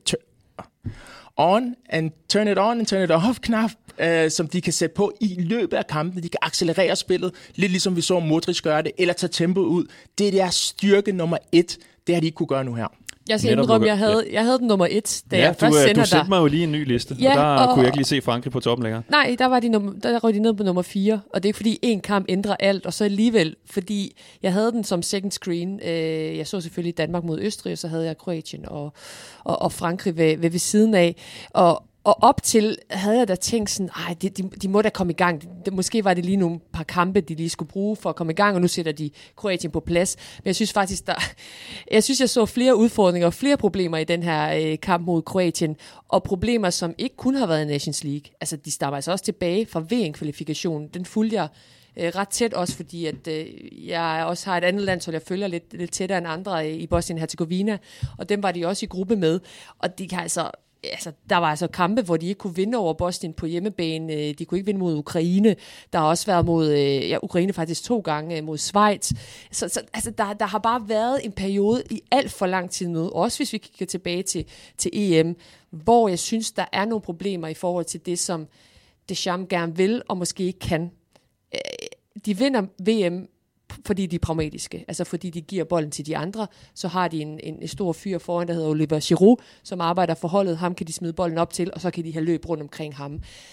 it on and turn it off knap, som de kan sætte på i løbet af kampen. De kan accelerere spillet, lidt ligesom vi så Modric gøre det, eller tage tempoet ud. Det er deres styrke nummer 1. Det har de ikke kunne gøre nu her. Jeg skal indrømme, jeg havde den nummer 1, da jeg først sender dig. Du sendte mig jo lige en ny liste, ja, og der kunne jeg ikke lige se Frankrig på toppen længere. Nej, der røg de ned på nummer 4, og det er ikke fordi en kamp ændrer alt, og så alligevel, fordi jeg havde den som second screen. Jeg så selvfølgelig Danmark mod Østrig, og så havde jeg Kroatien og Frankrig ved siden af, og op til havde jeg da tænkt sådan, de må da komme i gang. Måske var det lige nogle par kampe, de lige skulle bruge for at komme i gang, og nu sætter de Kroatien på plads. Men jeg synes faktisk, jeg så flere udfordringer og flere problemer i den her kamp mod Kroatien, og problemer, som ikke kun har været i Nations League. Altså, de stammer altså også tilbage fra VM-kvalifikationen. Den fulgte jeg ret tæt også, fordi at jeg også har et andet land, så jeg følger lidt tættere end andre i Bosnien-Herzegovina, og dem var de også i gruppe med. Og de kan altså, der var altså kampe, hvor de ikke kunne vinde over Bosnien på hjemmebane. De kunne ikke vinde mod Ukraine. Der har også været mod Ukraine faktisk 2 gange mod Schweiz. Så altså, der har bare været en periode i alt for lang tid nu, også hvis vi kigger tilbage til EM, hvor jeg synes, der er nogle problemer i forhold til det, som Deschamps gerne vil, og måske ikke kan. De vinder VM, fordi de er pragmatiske, altså fordi de giver bolden til de andre, så har de en stor fyr foran, der hedder Oliver Giroud, som arbejder for holdet. Ham kan de smide bolden op til, og så kan de have løb rundt omkring ham.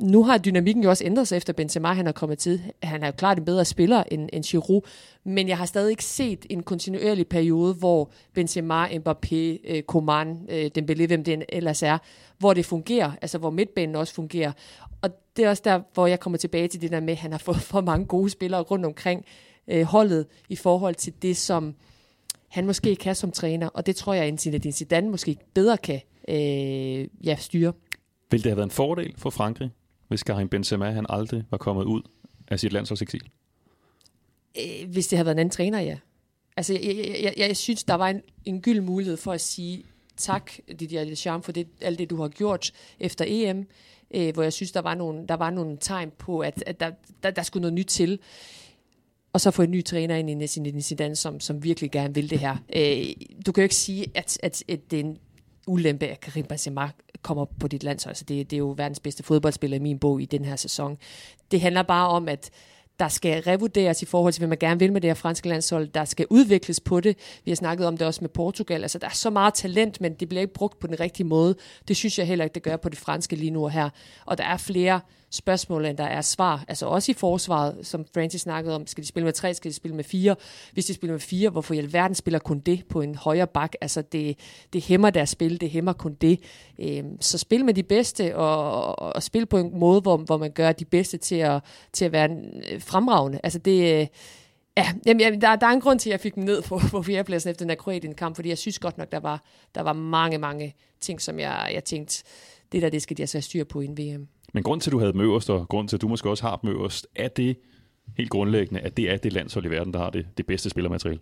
Nu har dynamikken jo også ændret sig efter Benzema, han er kommet til. Han er jo klart en bedre spiller end Giroud, men jeg har stadig ikke set en kontinuerlig periode, hvor Benzema, Mbappé, Coman, Dembélé, hvem det ellers er, hvor det fungerer, altså hvor midtbanen også fungerer. Og det er også der, hvor jeg kommer tilbage til det der med, at han har fået for mange gode spillere rundt omkring holdet i forhold til det, som han måske kan som træner, og det tror jeg, at Zinedine Zidane måske bedre kan styre. Vil det have været en fordel for Frankrig, hvis Karim Benzema han aldrig var kommet ud af sit landsholdseksil? Hvis det havde været en anden træner, ja. Altså, jeg synes, der var en gylden mulighed for at sige tak, Didier Deschamps, for alt det, du har gjort efter EM, hvor jeg synes, der var nogle tegn på, at der skulle noget nyt til. Og så få en ny træner ind i Zinedine Zidane, som virkelig gerne vil det her. Du kan jo ikke sige, at det er en ulempe, at Karim Benzema kommer på dit landshold. Altså det er jo verdens bedste fodboldspiller i min bog i den her sæson. Det handler bare om, at der skal revurderes i forhold til, hvad man gerne vil med det her franske landshold. Der skal udvikles på det. Vi har snakket om det også med Portugal. Altså, der er så meget talent, men det bliver ikke brugt på den rigtige måde. Det synes jeg heller ikke, det gør på det franske lige nu og her. Og der er flere spørgsmål, end der er svar. Altså også i forsvaret, som Francis snakkede om. Skal de spille med 3? Skal de spille med 4? Hvis de spiller med 4, hvorfor i alverden spiller kun det på en højre bak? Altså det hæmmer deres spil, det hæmmer kun det. Så spil med de bedste, og spil på en måde, hvor man gør de bedste til at være fremragende. Altså det... der er en grund til, at jeg fik dem ned på 4. efter den her Kroatien-kamp, fordi jeg synes godt nok, der var mange ting, som jeg tænkte, det skal de altså have styr på inden VM. Men grund til, at du havde dem øverst, og grund til, at du måske også har dem øverst, er det helt grundlæggende, at det er det landshold i verden, der har det bedste spillermateriale?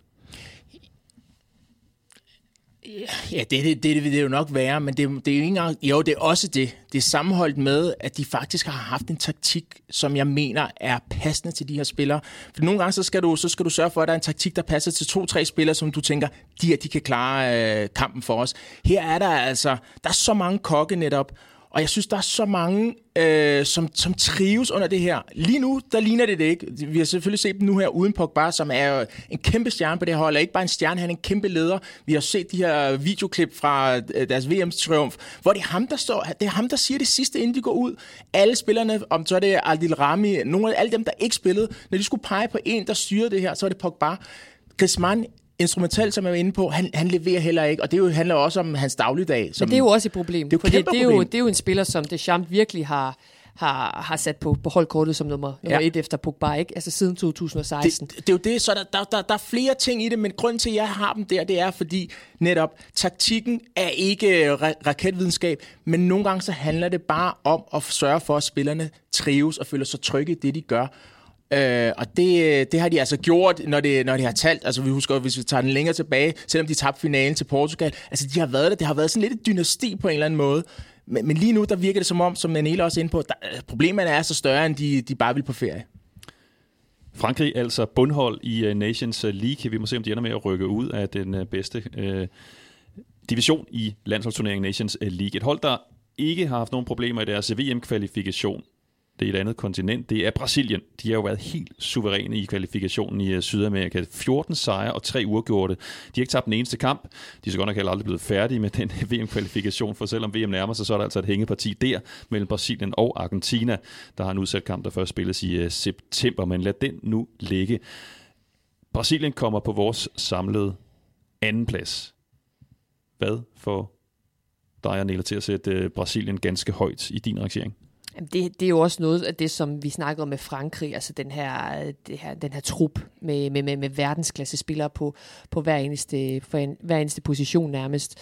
Ja, det vil det jo nok være, men det er jo ikke engang... Jo, det er også det. Det er sammenholdt med, at de faktisk har haft en taktik, som jeg mener er passende til de her spillere. For nogle gange, så skal du sørge for, at der er en taktik, der passer til 2-3 spillere, som du tænker, de kan klare kampen for os. Her er der altså... Der er så mange kokke netop, og jeg synes, der er så mange, som trives under det her. Lige nu, der ligner det ikke. Vi har selvfølgelig set dem nu her uden Pogba, som er en kæmpe stjerne på det hold. Ikke bare en stjerne, han er en kæmpe leder. Vi har set de her videoklip fra deres VM-triumf, hvor det er ham, der står. Det er ham, der siger det sidste, inden de går ud. Alle spillerne, om så er det Adil Rami, nogle af alle dem, der ikke spillede, når de skulle pege på en, der styrede det her, så er det Pogba. Griezmann, instrumentalt, som jeg var inde på, han leverer heller ikke, og det handler også om hans dagligdag. Men det er jo også et problem, det er jo en spiller, som Deschamps virkelig har sat på holdkortet som nummer 1 efter Pogba, ikke? Altså siden 2016. Det er jo det, så der er flere ting i det, men grunden til, at jeg har dem der, det er, fordi netop taktikken er ikke raketvidenskab, men nogle gange så handler det bare om at sørge for, at spillerne trives og føler sig trygge i det, de gør. Og det har de altså gjort, når de har talt. Altså vi husker, hvis vi tager den længere tilbage, selvom de tabte finalen til Portugal. Altså de har været der. Det har været sådan lidt et dynasti på en eller anden måde. Men lige nu, der virker det som Nele også er inde på, problemerne er så større, end de bare vil på ferie. Frankrig altså bundhold i Nations League. Vi må se, om de ender med at rykke ud af den bedste division i landsholdsturneringen Nations League. Et hold, der ikke har haft nogen problemer i deres VM-kvalifikation. Det er et andet kontinent. Det er Brasilien. De har jo været helt suveræne i kvalifikationen i Sydamerika. 14 sejre og 3 uafgjorte. De har ikke tabt den eneste kamp. De er så godt nok aldrig blevet færdige med den VM-kvalifikation, for selvom VM nærmer sig, så er der altså et hængeparti der mellem Brasilien og Argentina. Der har en udsat kamp, der først spilles i september, men lad den nu ligge. Brasilien kommer på vores samlede anden plads. Hvad får dig og Nele til at sætte Brasilien ganske højt i din rangering? Det er jo også noget af det, som vi snakkede om med Frankrig, altså den her trup med verdensklasse spillere på hver eneste position nærmest.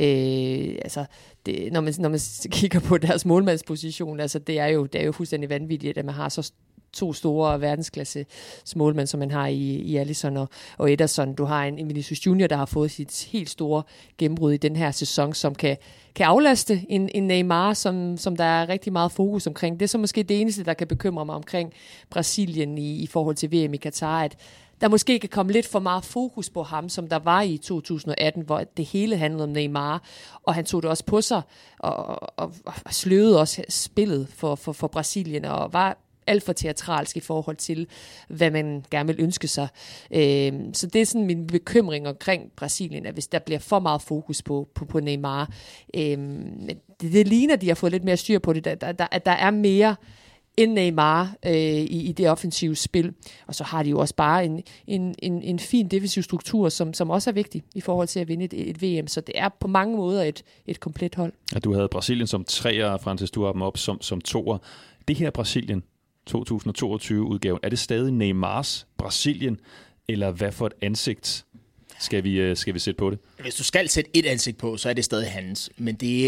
Når man kigger på deres målmandsposition, altså det er jo fuldstændig vanvittigt, at man har så 2 store verdensklasse målmænd, som man har i Alisson og Ederson. Du har en Vinicius Junior, der har fået sit helt store gennembrud i den her sæson, som kan aflaste en Neymar, som der er rigtig meget fokus omkring. Det er så måske det eneste, der kan bekymre mig omkring Brasilien i forhold til VM i Katar, at der måske kan komme lidt for meget fokus på ham, som der var i 2018, hvor det hele handlede om Neymar, og han tog det også på sig, og sløvede også spillet for Brasilien, og var alt for teatralsk i forhold til, hvad man gerne vil ønske sig. Så det er sådan min bekymring omkring Brasilien, at hvis der bliver for meget fokus på Neymar, det ligner, de har fået lidt mere styr på det, at der er mere end Neymar i det offensive spil. Og så har de jo også bare en fin defensiv struktur, som også er vigtig i forhold til at vinde et VM. Så det er på mange måder et komplet hold. Ja, du havde Brasilien som treer, Francis, du har dem op som toer. Det her Brasilien 2022-udgaven, er det stadig Neymars Brasilien, eller hvad for et ansigt skal vi sætte på det? Hvis du skal sætte et ansigt på, så er det stadig hans. Men det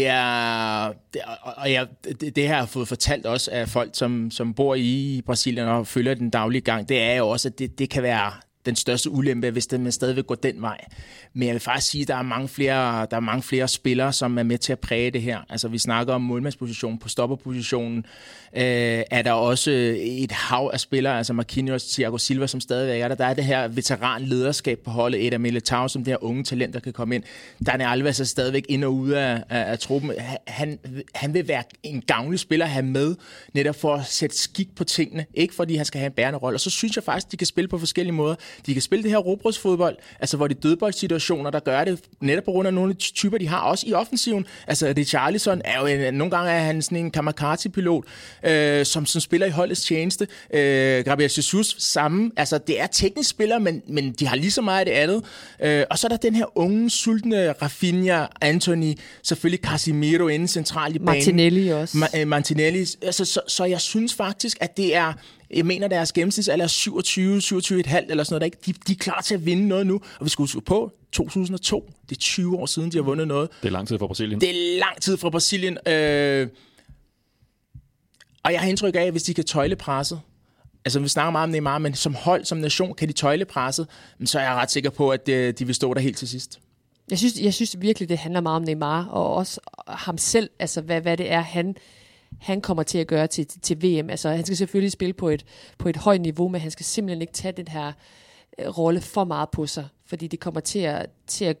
har jeg fået fortalt også af folk, som bor i Brasilien og følger den daglige gang, det er jo også, at det kan være den største ulempe, hvis man stadigvæk går den vej. Men jeg vil faktisk sige, at der er mange flere spillere, som er med til at præge det her. Altså, vi snakker om målmandspositionen, på stopperpositionen. Er der også et hav af spillere, altså Marquinhos, Thiago Silva, som stadigvæk er der. Der er det her veteranlederskab på holdet, Eder Militao, som det her unge talent, der kan komme ind. Dani Alves er stadigvæk ind og ude af truppen. Han vil være en gavnlig spiller at have med, netop for at sætte skik på tingene. Ikke fordi han skal have en bærende rolle. Og så synes jeg faktisk, de kan spille på forskellige måder. De kan spille det her robrødsfodbold, altså hvor de dødboldsituationer, der gør det netop på grund af nogle af de typer, de har også i offensiven. Altså Richarlison er jo nogle gange er han sådan en kamikaze-pilot, som spiller i holdets tjeneste. Gabriel Jesus samme. Altså det er teknisk spiller, men de har lige så meget af det andet. Og så er der den her unge, sultne Rafinha, Antony, selvfølgelig Casemiro inde centralt i banen. Martinelli også. Martinelli. Altså, så jeg synes faktisk, at det er... Jeg mener, deres gennemsnitsalder er 27,5 eller sådan noget. De er klar til at vinde noget nu. Og vi skal huske på 2002. Det er 20 år siden, de har vundet noget. Det er lang tid fra Brasilien. Det er lang tid fra Brasilien. Og jeg har indtryk af, at hvis de kan tøjle presset, altså vi snakker meget om Neymar, men som hold, som nation, kan de tøjle presset, så er jeg ret sikker på, at de vil stå der helt til sidst. Jeg synes virkelig, det handler meget om Neymar, og også ham selv, altså hvad det er, han kommer til at gøre til VM. Altså, han skal selvfølgelig spille på et højt niveau, men han skal simpelthen ikke tage den her rolle for meget på sig, fordi det kommer til at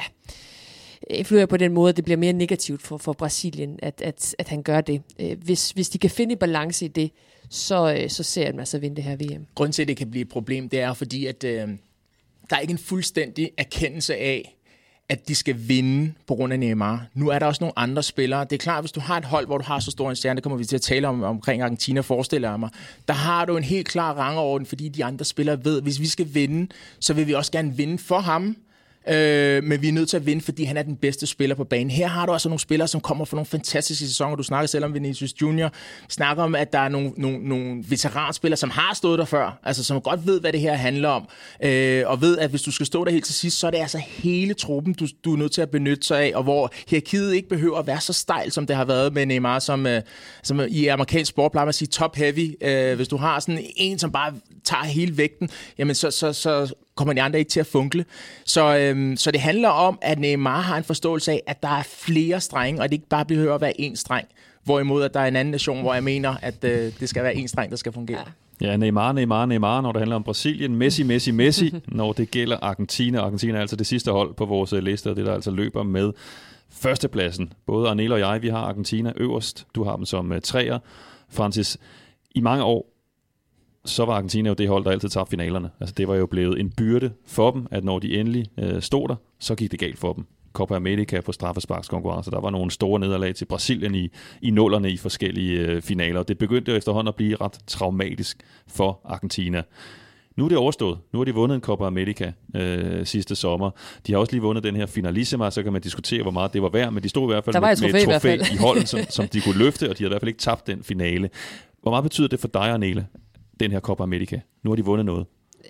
influere på den måde, at det bliver mere negativt for Brasilien, at han gør det. Hvis de kan finde en balance i det, så ser jeg dem altså vinde det her VM. Grunden til, at det kan blive et problem, det er fordi, at der er ikke en fuldstændig erkendelse af, at de skal vinde på grund af Neymar. Nu er der også nogle andre spillere. Det er klart, hvis du har et hold, hvor du har så stor en stjerne, det kommer vi til at tale omkring Argentina, forestiller jeg mig. Der har du en helt klar rangorden, fordi de andre spillere ved, at hvis vi skal vinde, så vil vi også gerne vinde for ham. Men vi er nødt til at vinde, fordi han er den bedste spiller på banen. Her har du altså nogle spillere, som kommer fra nogle fantastiske sæsoner. Du snakker selv om Vinicius Junior. Snakker om, at der er nogle veteranspillere, som har stået der før. Altså som godt ved, hvad det her handler om. Og ved, at hvis du skal stå der helt til sidst, så er det altså hele truppen, du er nødt til at benytte sig af. Og hvor hierarkiet ikke behøver at være så stejl, som det har været med Neymar, som i amerikansk sport plejer man at sige top heavy. Hvis du har sådan en, som bare tager hele vægten, jamen så kommer de andre ikke til at funkle. Så det handler om, at Neymar har en forståelse af, at der er flere strenge, og det ikke bare behøver at være én streng. Hvorimod, at der er en anden nation, hvor jeg mener, at det skal være én streng, der skal fungere. Ja, Neymar, når det handler om Brasilien. Messi, når det gælder Argentina. Argentina er altså det sidste hold på vores liste, og det der altså løber med førstepladsen. Både Arnel og jeg, vi har Argentina øverst. Du har dem som treer. Francis, i mange år, så var Argentina jo det hold, der altid tabte finalerne. Altså det var jo blevet en byrde for dem, at når de endelig stod der, så gik det galt for dem. Copa America på straffesparkskonkurrence. Der var nogle store nederlag til Brasilien i nullerne i forskellige finaler. Det begyndte jo efterhånden at blive ret traumatisk for Argentina. Nu er det overstået. Nu har de vundet en Copa America sidste sommer. De har også lige vundet den her finalissima, så kan man diskutere, hvor meget det var værd, men de stod i hvert fald med et trofæ i holden, som de kunne løfte, og de har i hvert fald ikke tabt den finale. Hvor meget betyder det for dig, Arnele, den her Copa America? Nu har de vundet noget.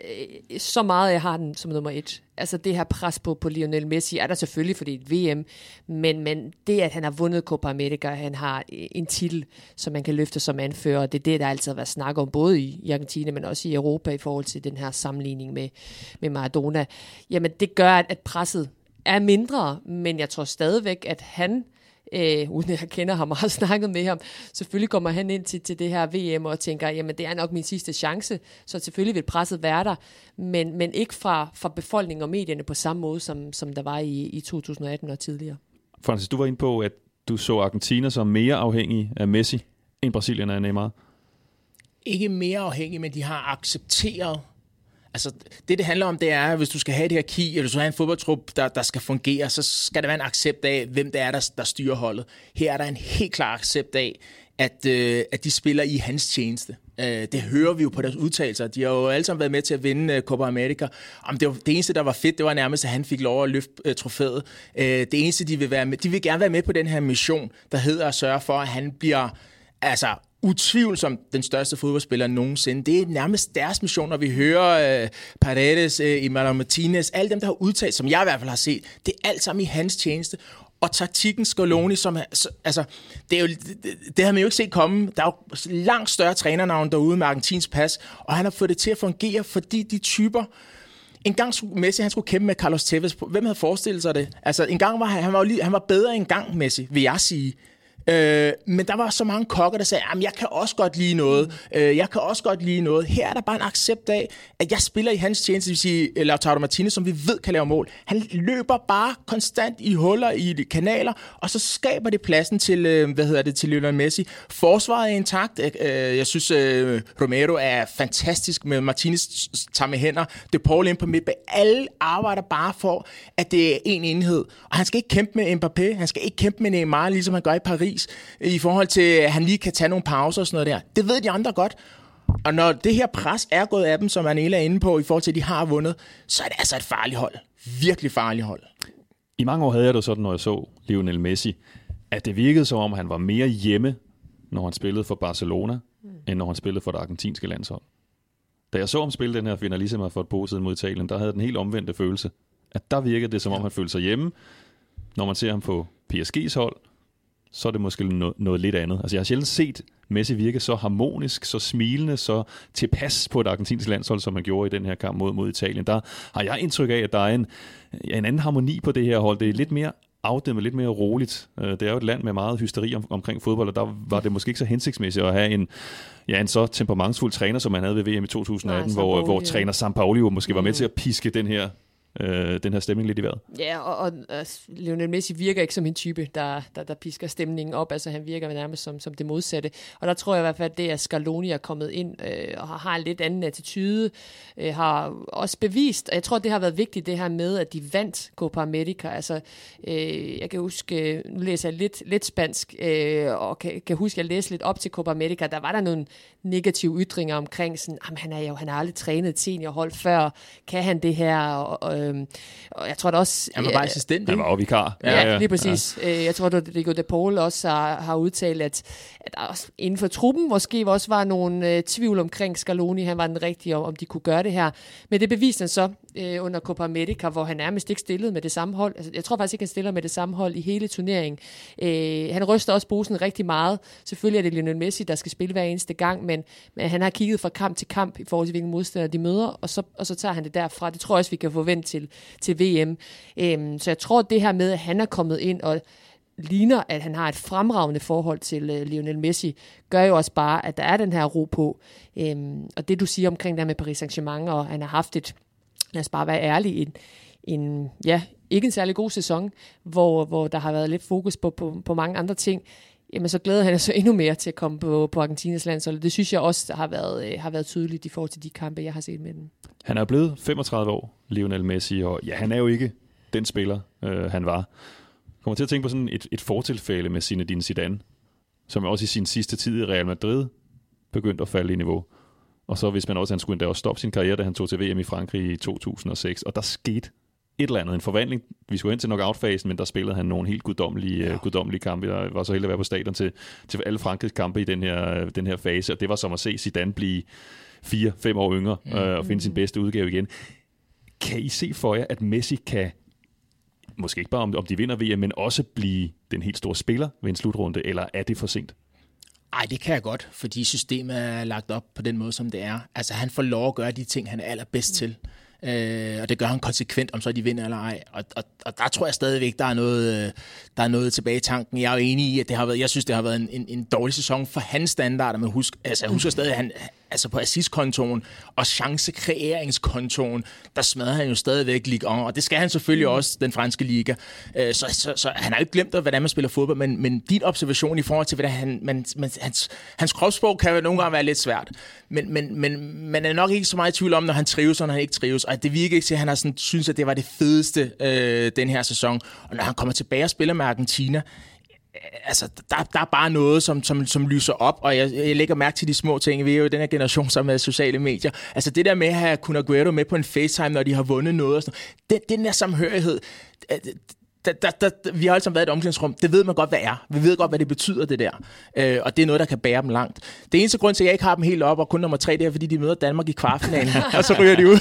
Så meget, jeg har den som nummer 1. Altså det her pres på Lionel Messi er der selvfølgelig, fordi det er et VM, men det, at han har vundet Copa America, han har en titel, som man kan løfte som anfører, det er det, der altid har været snak om, både i Argentina, men også i Europa, i forhold til den her sammenligning med Maradona. Jamen det gør, at presset er mindre, men jeg tror stadigvæk, at han, uden at jeg kender ham og har snakket med ham, selvfølgelig kommer han ind til det her VM og tænker, jamen det er nok min sidste chance, så selvfølgelig vil presset være der, men ikke fra befolkningen og medierne på samme måde, som der var i 2018 og tidligere. Francis, du var inde på, at du så Argentina som mere afhængig af Messi end Brasilien af Neymar. ikke mere afhængige, men de har accepteret. Altså, det handler om, det er, hvis du skal have det her key, eller hvis du har en fodboldtrup, der skal fungere, så skal der være en accept af, hvem det er, der styrer holdet. Her er der en helt klar accept af, at de spiller i hans tjeneste. Det hører vi jo på deres udtalelser. De har jo alle sammen været med til at vinde Copa America. Det eneste, der var fedt, det var nærmest, at han fik lov at løfte trofæet. Det eneste, de vil gerne være med på den her mission, der hedder at sørge for, at han bliver utvivlsomt den største fodboldspiller nogensinde. Det er nærmest deres mission, når vi hører Paredes, Emiliano Martinez, alle dem, der har udtalt, som jeg i hvert fald har set, det er alt sammen i hans tjeneste. Og taktikken Scaloni, som altså, det havde man jo ikke set komme. Der er jo langt større trænernavn derude med argentinsk pas, og han har fået det til at fungere, fordi de typer. En gang skulle Messi, han skulle kæmpe med Carlos Tevez. Hvem havde forestillet sig det? Altså, en gang var han var bedre en gang, Messi, vil jeg sige. Men der var så mange kokker, der sagde, at jeg kan også godt lide noget. Her er der bare en accept af, at jeg spiller i hans tjeneste, det vil sige Lautaro Martinez, som vi ved kan lave mål. Han løber bare konstant i huller i de kanaler, og så skaber det pladsen til, til Lionel Messi. Forsvaret er intakt. Jeg synes, Romero er fantastisk med Martinez, tager med hænder. De Paul ind på midtbanen. Alle arbejder bare for, at det er en enhed. Og han skal ikke kæmpe med Mbappé, han skal ikke kæmpe med Neymar, ligesom han gør i Paris, i forhold til, at han lige kan tage nogle pauser og sådan noget der. Det ved de andre godt. Og når det her pres er gået af dem, som Anela er inde på, i forhold til, at de har vundet, så er det altså et farligt hold. Virkelig farligt hold. I mange år havde jeg det sådan, når jeg så Lionel Messi, at det virkede som om, han var mere hjemme, når han spillede for Barcelona, end når han spillede for det argentinske landshold. Da jeg så ham spille den her finalissima for et par år siden mod Italien, der havde den helt omvendte følelse, at der virkede det, som om han følte sig hjemme. Når man ser ham på PSG's hold, så er det måske noget lidt andet. Altså, jeg har sjældent set Messi virke så harmonisk, så smilende, så tilpas på et argentinsk landshold, som han gjorde i den her kamp mod Italien. Der har jeg indtryk af, at der er en anden harmoni på det her hold. Det er lidt mere afdæmmet, lidt mere roligt. Det er jo et land med meget hysteri omkring fodbold, og der var det måske ikke så hensigtsmæssigt at have en så temperamentsfuld træner, som man havde ved VM i 2018, hvor træner Sampaoli måske var med til at piske den her stemning lidt i vejret. Ja, og Lionel Messi virker ikke som en type, der pisker stemningen op. Altså, han virker nærmest som det modsatte. Og der tror jeg i hvert fald, at det, at Scaloni er kommet ind og har en lidt anden attitude, har også bevist, og jeg tror, det har været vigtigt, det her med, at de vandt Copa America. Altså, jeg kan huske, nu læser jeg lidt spansk, og kan huske, at jeg læste lidt op til Copa America. Der var der nogle negative ytringer omkring, sådan, han har aldrig trænet et seniorhold før, kan han det her? Og jeg tror da også... Han var bare assistent, han var også vikar. Ja, lige præcis. Ja. Jeg tror, at Rico de Paul også har udtalt, at der også inden for truppen måske også var nogle tvivl omkring Scaloni. Han var den rigtige, om de kunne gøre det her. Men det beviste han så under Copa America, hvor han nærmest ikke stillede med det samme hold. Altså, jeg tror faktisk ikke, han stiller med det samme hold i hele turneringen. Han ryster også posen rigtig meget. Selvfølgelig er det Lionel Messi, der skal spille hver eneste gang, men han har kigget fra kamp til kamp i forhold til, hvilken modstander de møder, og så tager han det derfra. Det tror jeg også, vi kan forvente til VM. Så jeg tror, at det her med, at han er kommet ind og ligner, at han har et fremragende forhold til Lionel Messi, gør jo også bare, at der er den her ro på. Og det, du siger omkring der med Paris Saint-Germain, og han har haft lad os bare være ærlige, ikke en særlig god sæson, hvor der har været lidt fokus på mange andre ting, jamen så glæder han sig endnu mere til at komme på Argentinas landshold. Det synes jeg også har været tydeligt i forhold til de kampe, jeg har set med dem. Han er blevet 35 år, Lionel Messi, og ja, han er jo ikke den spiller, han var. Jeg kommer til at tænke på sådan et fortilfælde med Zinedine Zidane, som også i sin sidste tid i Real Madrid begyndte at falde i niveau. Og så hvis man også, han skulle endda også stoppe sin karriere, da han tog til VM i Frankrig i 2006, og der skete et eller andet, en forvandling. Vi skulle hen til knockout-fasen, men der spillede han nogle helt guddommelige kampe. Jeg var så heldig at være på stadion til alle Frankrigs kampe i den her fase, og det var som at se Zidane blive 4-5 år yngre og finde sin bedste udgave igen. Kan I se for jer, at Messi kan, måske ikke bare om de vinder VM, men også blive den helt store spiller ved en slutrunde, eller er det for sent? Ej, det kan jeg godt, fordi systemet er lagt op på den måde, som det er. Altså, han får lov at gøre de ting, han er allerbedst til. Og det gør han konsekvent, om så de vinder eller ej. Og der tror jeg stadigvæk, der er noget er noget tilbage i tanken. Jeg er jo enig i, at jeg synes, det har været en dårlig sæson for hans standarder, men jeg husker stadig, at han på assistkontoen og chancekreeringskontoen, der smadrer han jo stadigvæk Ligue 1, og det skal han selvfølgelig også, den franske liga. Så han har jo ikke glemt, hvordan man spiller fodbold, men din observation i forhold til, hvordan hans kropssprog kan jo nogle gange være lidt svært, men man er nok ikke så meget i tvivl om, når han trives, og når han ikke trives, og det virker ikke til, at han har sådan, synes, at det var det fedeste den her sæson, og når han kommer tilbage og spiller med Argentina, altså, der er bare noget, som lyser op, og jeg lægger mærke til de små ting. Vi er jo i den her generation, som er sociale medier. Altså det der med at have Kun Agüero med på en FaceTime, når de har vundet noget og sådan noget. Den der samhørighed, vi har altså været i et omklædningsrum. Det ved man godt, hvad er. Vi ved godt, hvad det betyder, det der. Og det er noget, der kan bære dem langt. Det eneste grund til, at jeg ikke har dem helt op, og kun nummer 3, det er, fordi de møder Danmark i kvartfinalen, og så ryger de ud.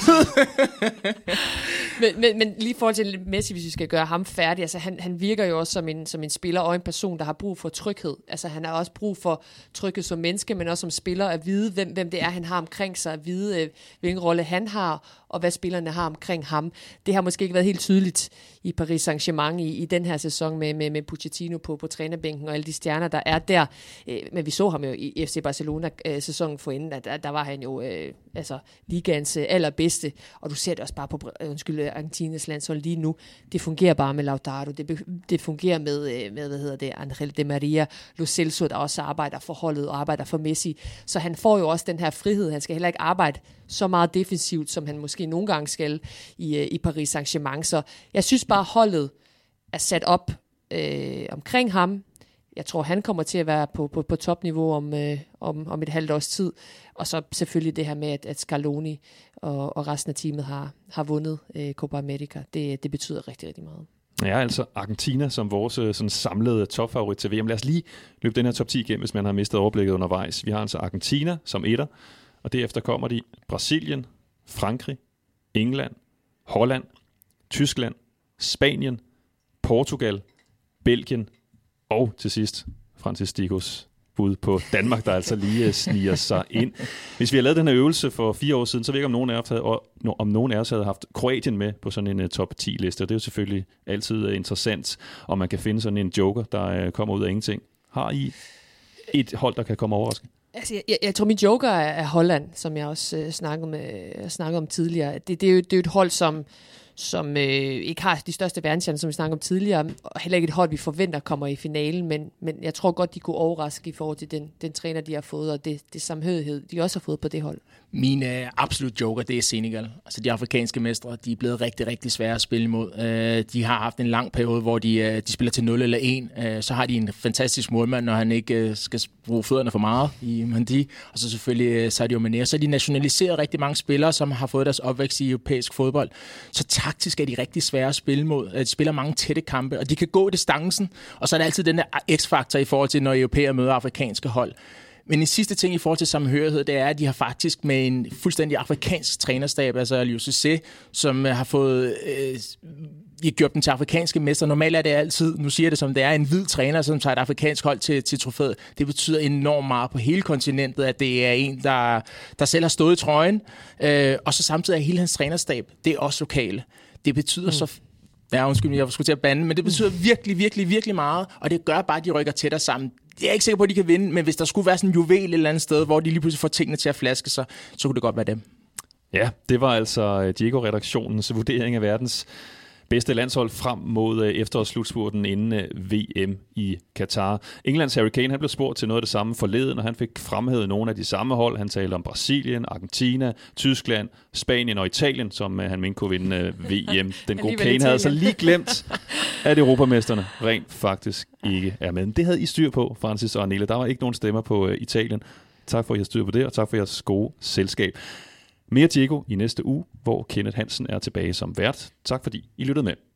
men lige i forhold til Messi, hvis vi skal gøre ham færdig, altså han virker jo også som en spiller og en person, der har brug for tryghed. Altså han har også brug for tryghed som menneske, men også som spiller at vide, hvem det er, han har omkring sig, at vide, hvilken rolle han har, og hvad spillerne har omkring ham. Det har måske ikke været helt tydeligt i Paris Saint-Germain i den her sæson med Pochettino på trænerbænken og alle de stjerner, der er der. Men vi så ham jo i FC Barcelona-sæsonen forinden, at der var han jo ligaens allerbedste, og du ser det også bare på Argentinas landshold lige nu. Det fungerer bare med Lautaro, det fungerer med Angel Di Maria, Lo Celso, der også arbejder for holdet og arbejder for Messi, så han får jo også den her frihed. Han skal heller ikke arbejde så meget defensivt, som han måske nogle gange skal i Paris Saint-Germain. Så jeg synes bare, holdet er sat op omkring ham. Jeg tror, han kommer til at være på topniveau om et halvt års tid. Og så selvfølgelig det her med, at Scaloni og resten af teamet har vundet Copa America. Det betyder rigtig, rigtig meget. Ja, altså Argentina som vores sådan samlede topfavorit til VM. Lad os lige løbe den her top 10 igennem, hvis man har mistet overblikket undervejs. Vi har altså Argentina som etter, og derefter kommer de Brasilien, Frankrig, England, Holland, Tyskland, Spanien, Portugal, Belgien og til sidst Francis Stigos bud på Danmark, der altså lige sniger sig ind. Hvis vi har lavet den her øvelse for 4 år siden, så ved jeg ikke, om nogen af os havde haft Kroatien med på sådan en top 10-liste. Det er jo selvfølgelig altid interessant, om man kan finde sådan en joker, der kommer ud af ingenting. Har I et hold, der kan komme overraskende? Altså, jeg tror, min joker er Holland, som jeg også snakkede om tidligere. Det er jo et hold, som ikke har de største verdenschancer, som vi snakkede om tidligere, og heller ikke et hold, vi forventer kommer i finalen, men jeg tror godt, de kunne overraske i forhold til den træner, de har fået, og det samhørighed, de også har fået på det hold. Min absolut joker, det er Senegal. Altså de afrikanske mestre, de er blevet rigtig, rigtig svære at spille imod. De har haft en lang periode, hvor de spiller til 0 eller 1. Så har de en fantastisk målmand, når han ikke skal bruge fødderne for meget i Mendy. Og så selvfølgelig Sadio Mané. Så de nationaliseret rigtig mange spillere, som har fået deres opvækst i europæisk fodbold. Så taktisk er de rigtig svære at spille mod. De spiller mange tætte kampe, og de kan gå distancen. Og så er der altid den der x-faktor i forhold til, når europæer møder afrikanske hold. Men en sidste ting i forhold til samhørighed, det er, at de har faktisk med en fuldstændig afrikansk trænerstab, altså Aliou Cissé, som har fået gjort dem til afrikanske mester. Normalt er det altid, nu siger jeg det som det er, en hvid træner, som tager et afrikansk hold til trofæet. Det betyder enormt meget på hele kontinentet, at det er en, der selv har stået i trøjen. Og så samtidig er hele hans trænerstab, det er også lokale. Det betyder så... Ja, undskyld, jeg skulle til at bande, men det betyder virkelig, virkelig, virkelig meget, og det gør bare, at de rykker tættere sammen. Jeg er ikke sikker på, at de kan vinde, men hvis der skulle være sådan en juvel et eller andet sted, hvor de lige pludselig får tingene til at flaske sig, så kunne det godt være dem. Ja, det var altså Diego-redaktionens vurdering af verdens bedste landshold frem mod efterårsslutspurten inden VM i Katar. Englands Harry Kane, han blev spurgt til noget af det samme forleden, og han fik fremhævet nogle af de samme hold. Han talte om Brasilien, Argentina, Tyskland, Spanien og Italien, som han mente kunne vinde VM. Den gode Kane havde altså lige glemt, at europamesterne rent faktisk ikke er med. Det havde I styr på, Francis og Arnelle. Der var ikke nogen stemmer på Italien. Tak for, at I har styr på det, og tak for jeres gode selskab. Mere Diego i næste uge, hvor Kenneth Hansen er tilbage som vært. Tak fordi I lyttede med.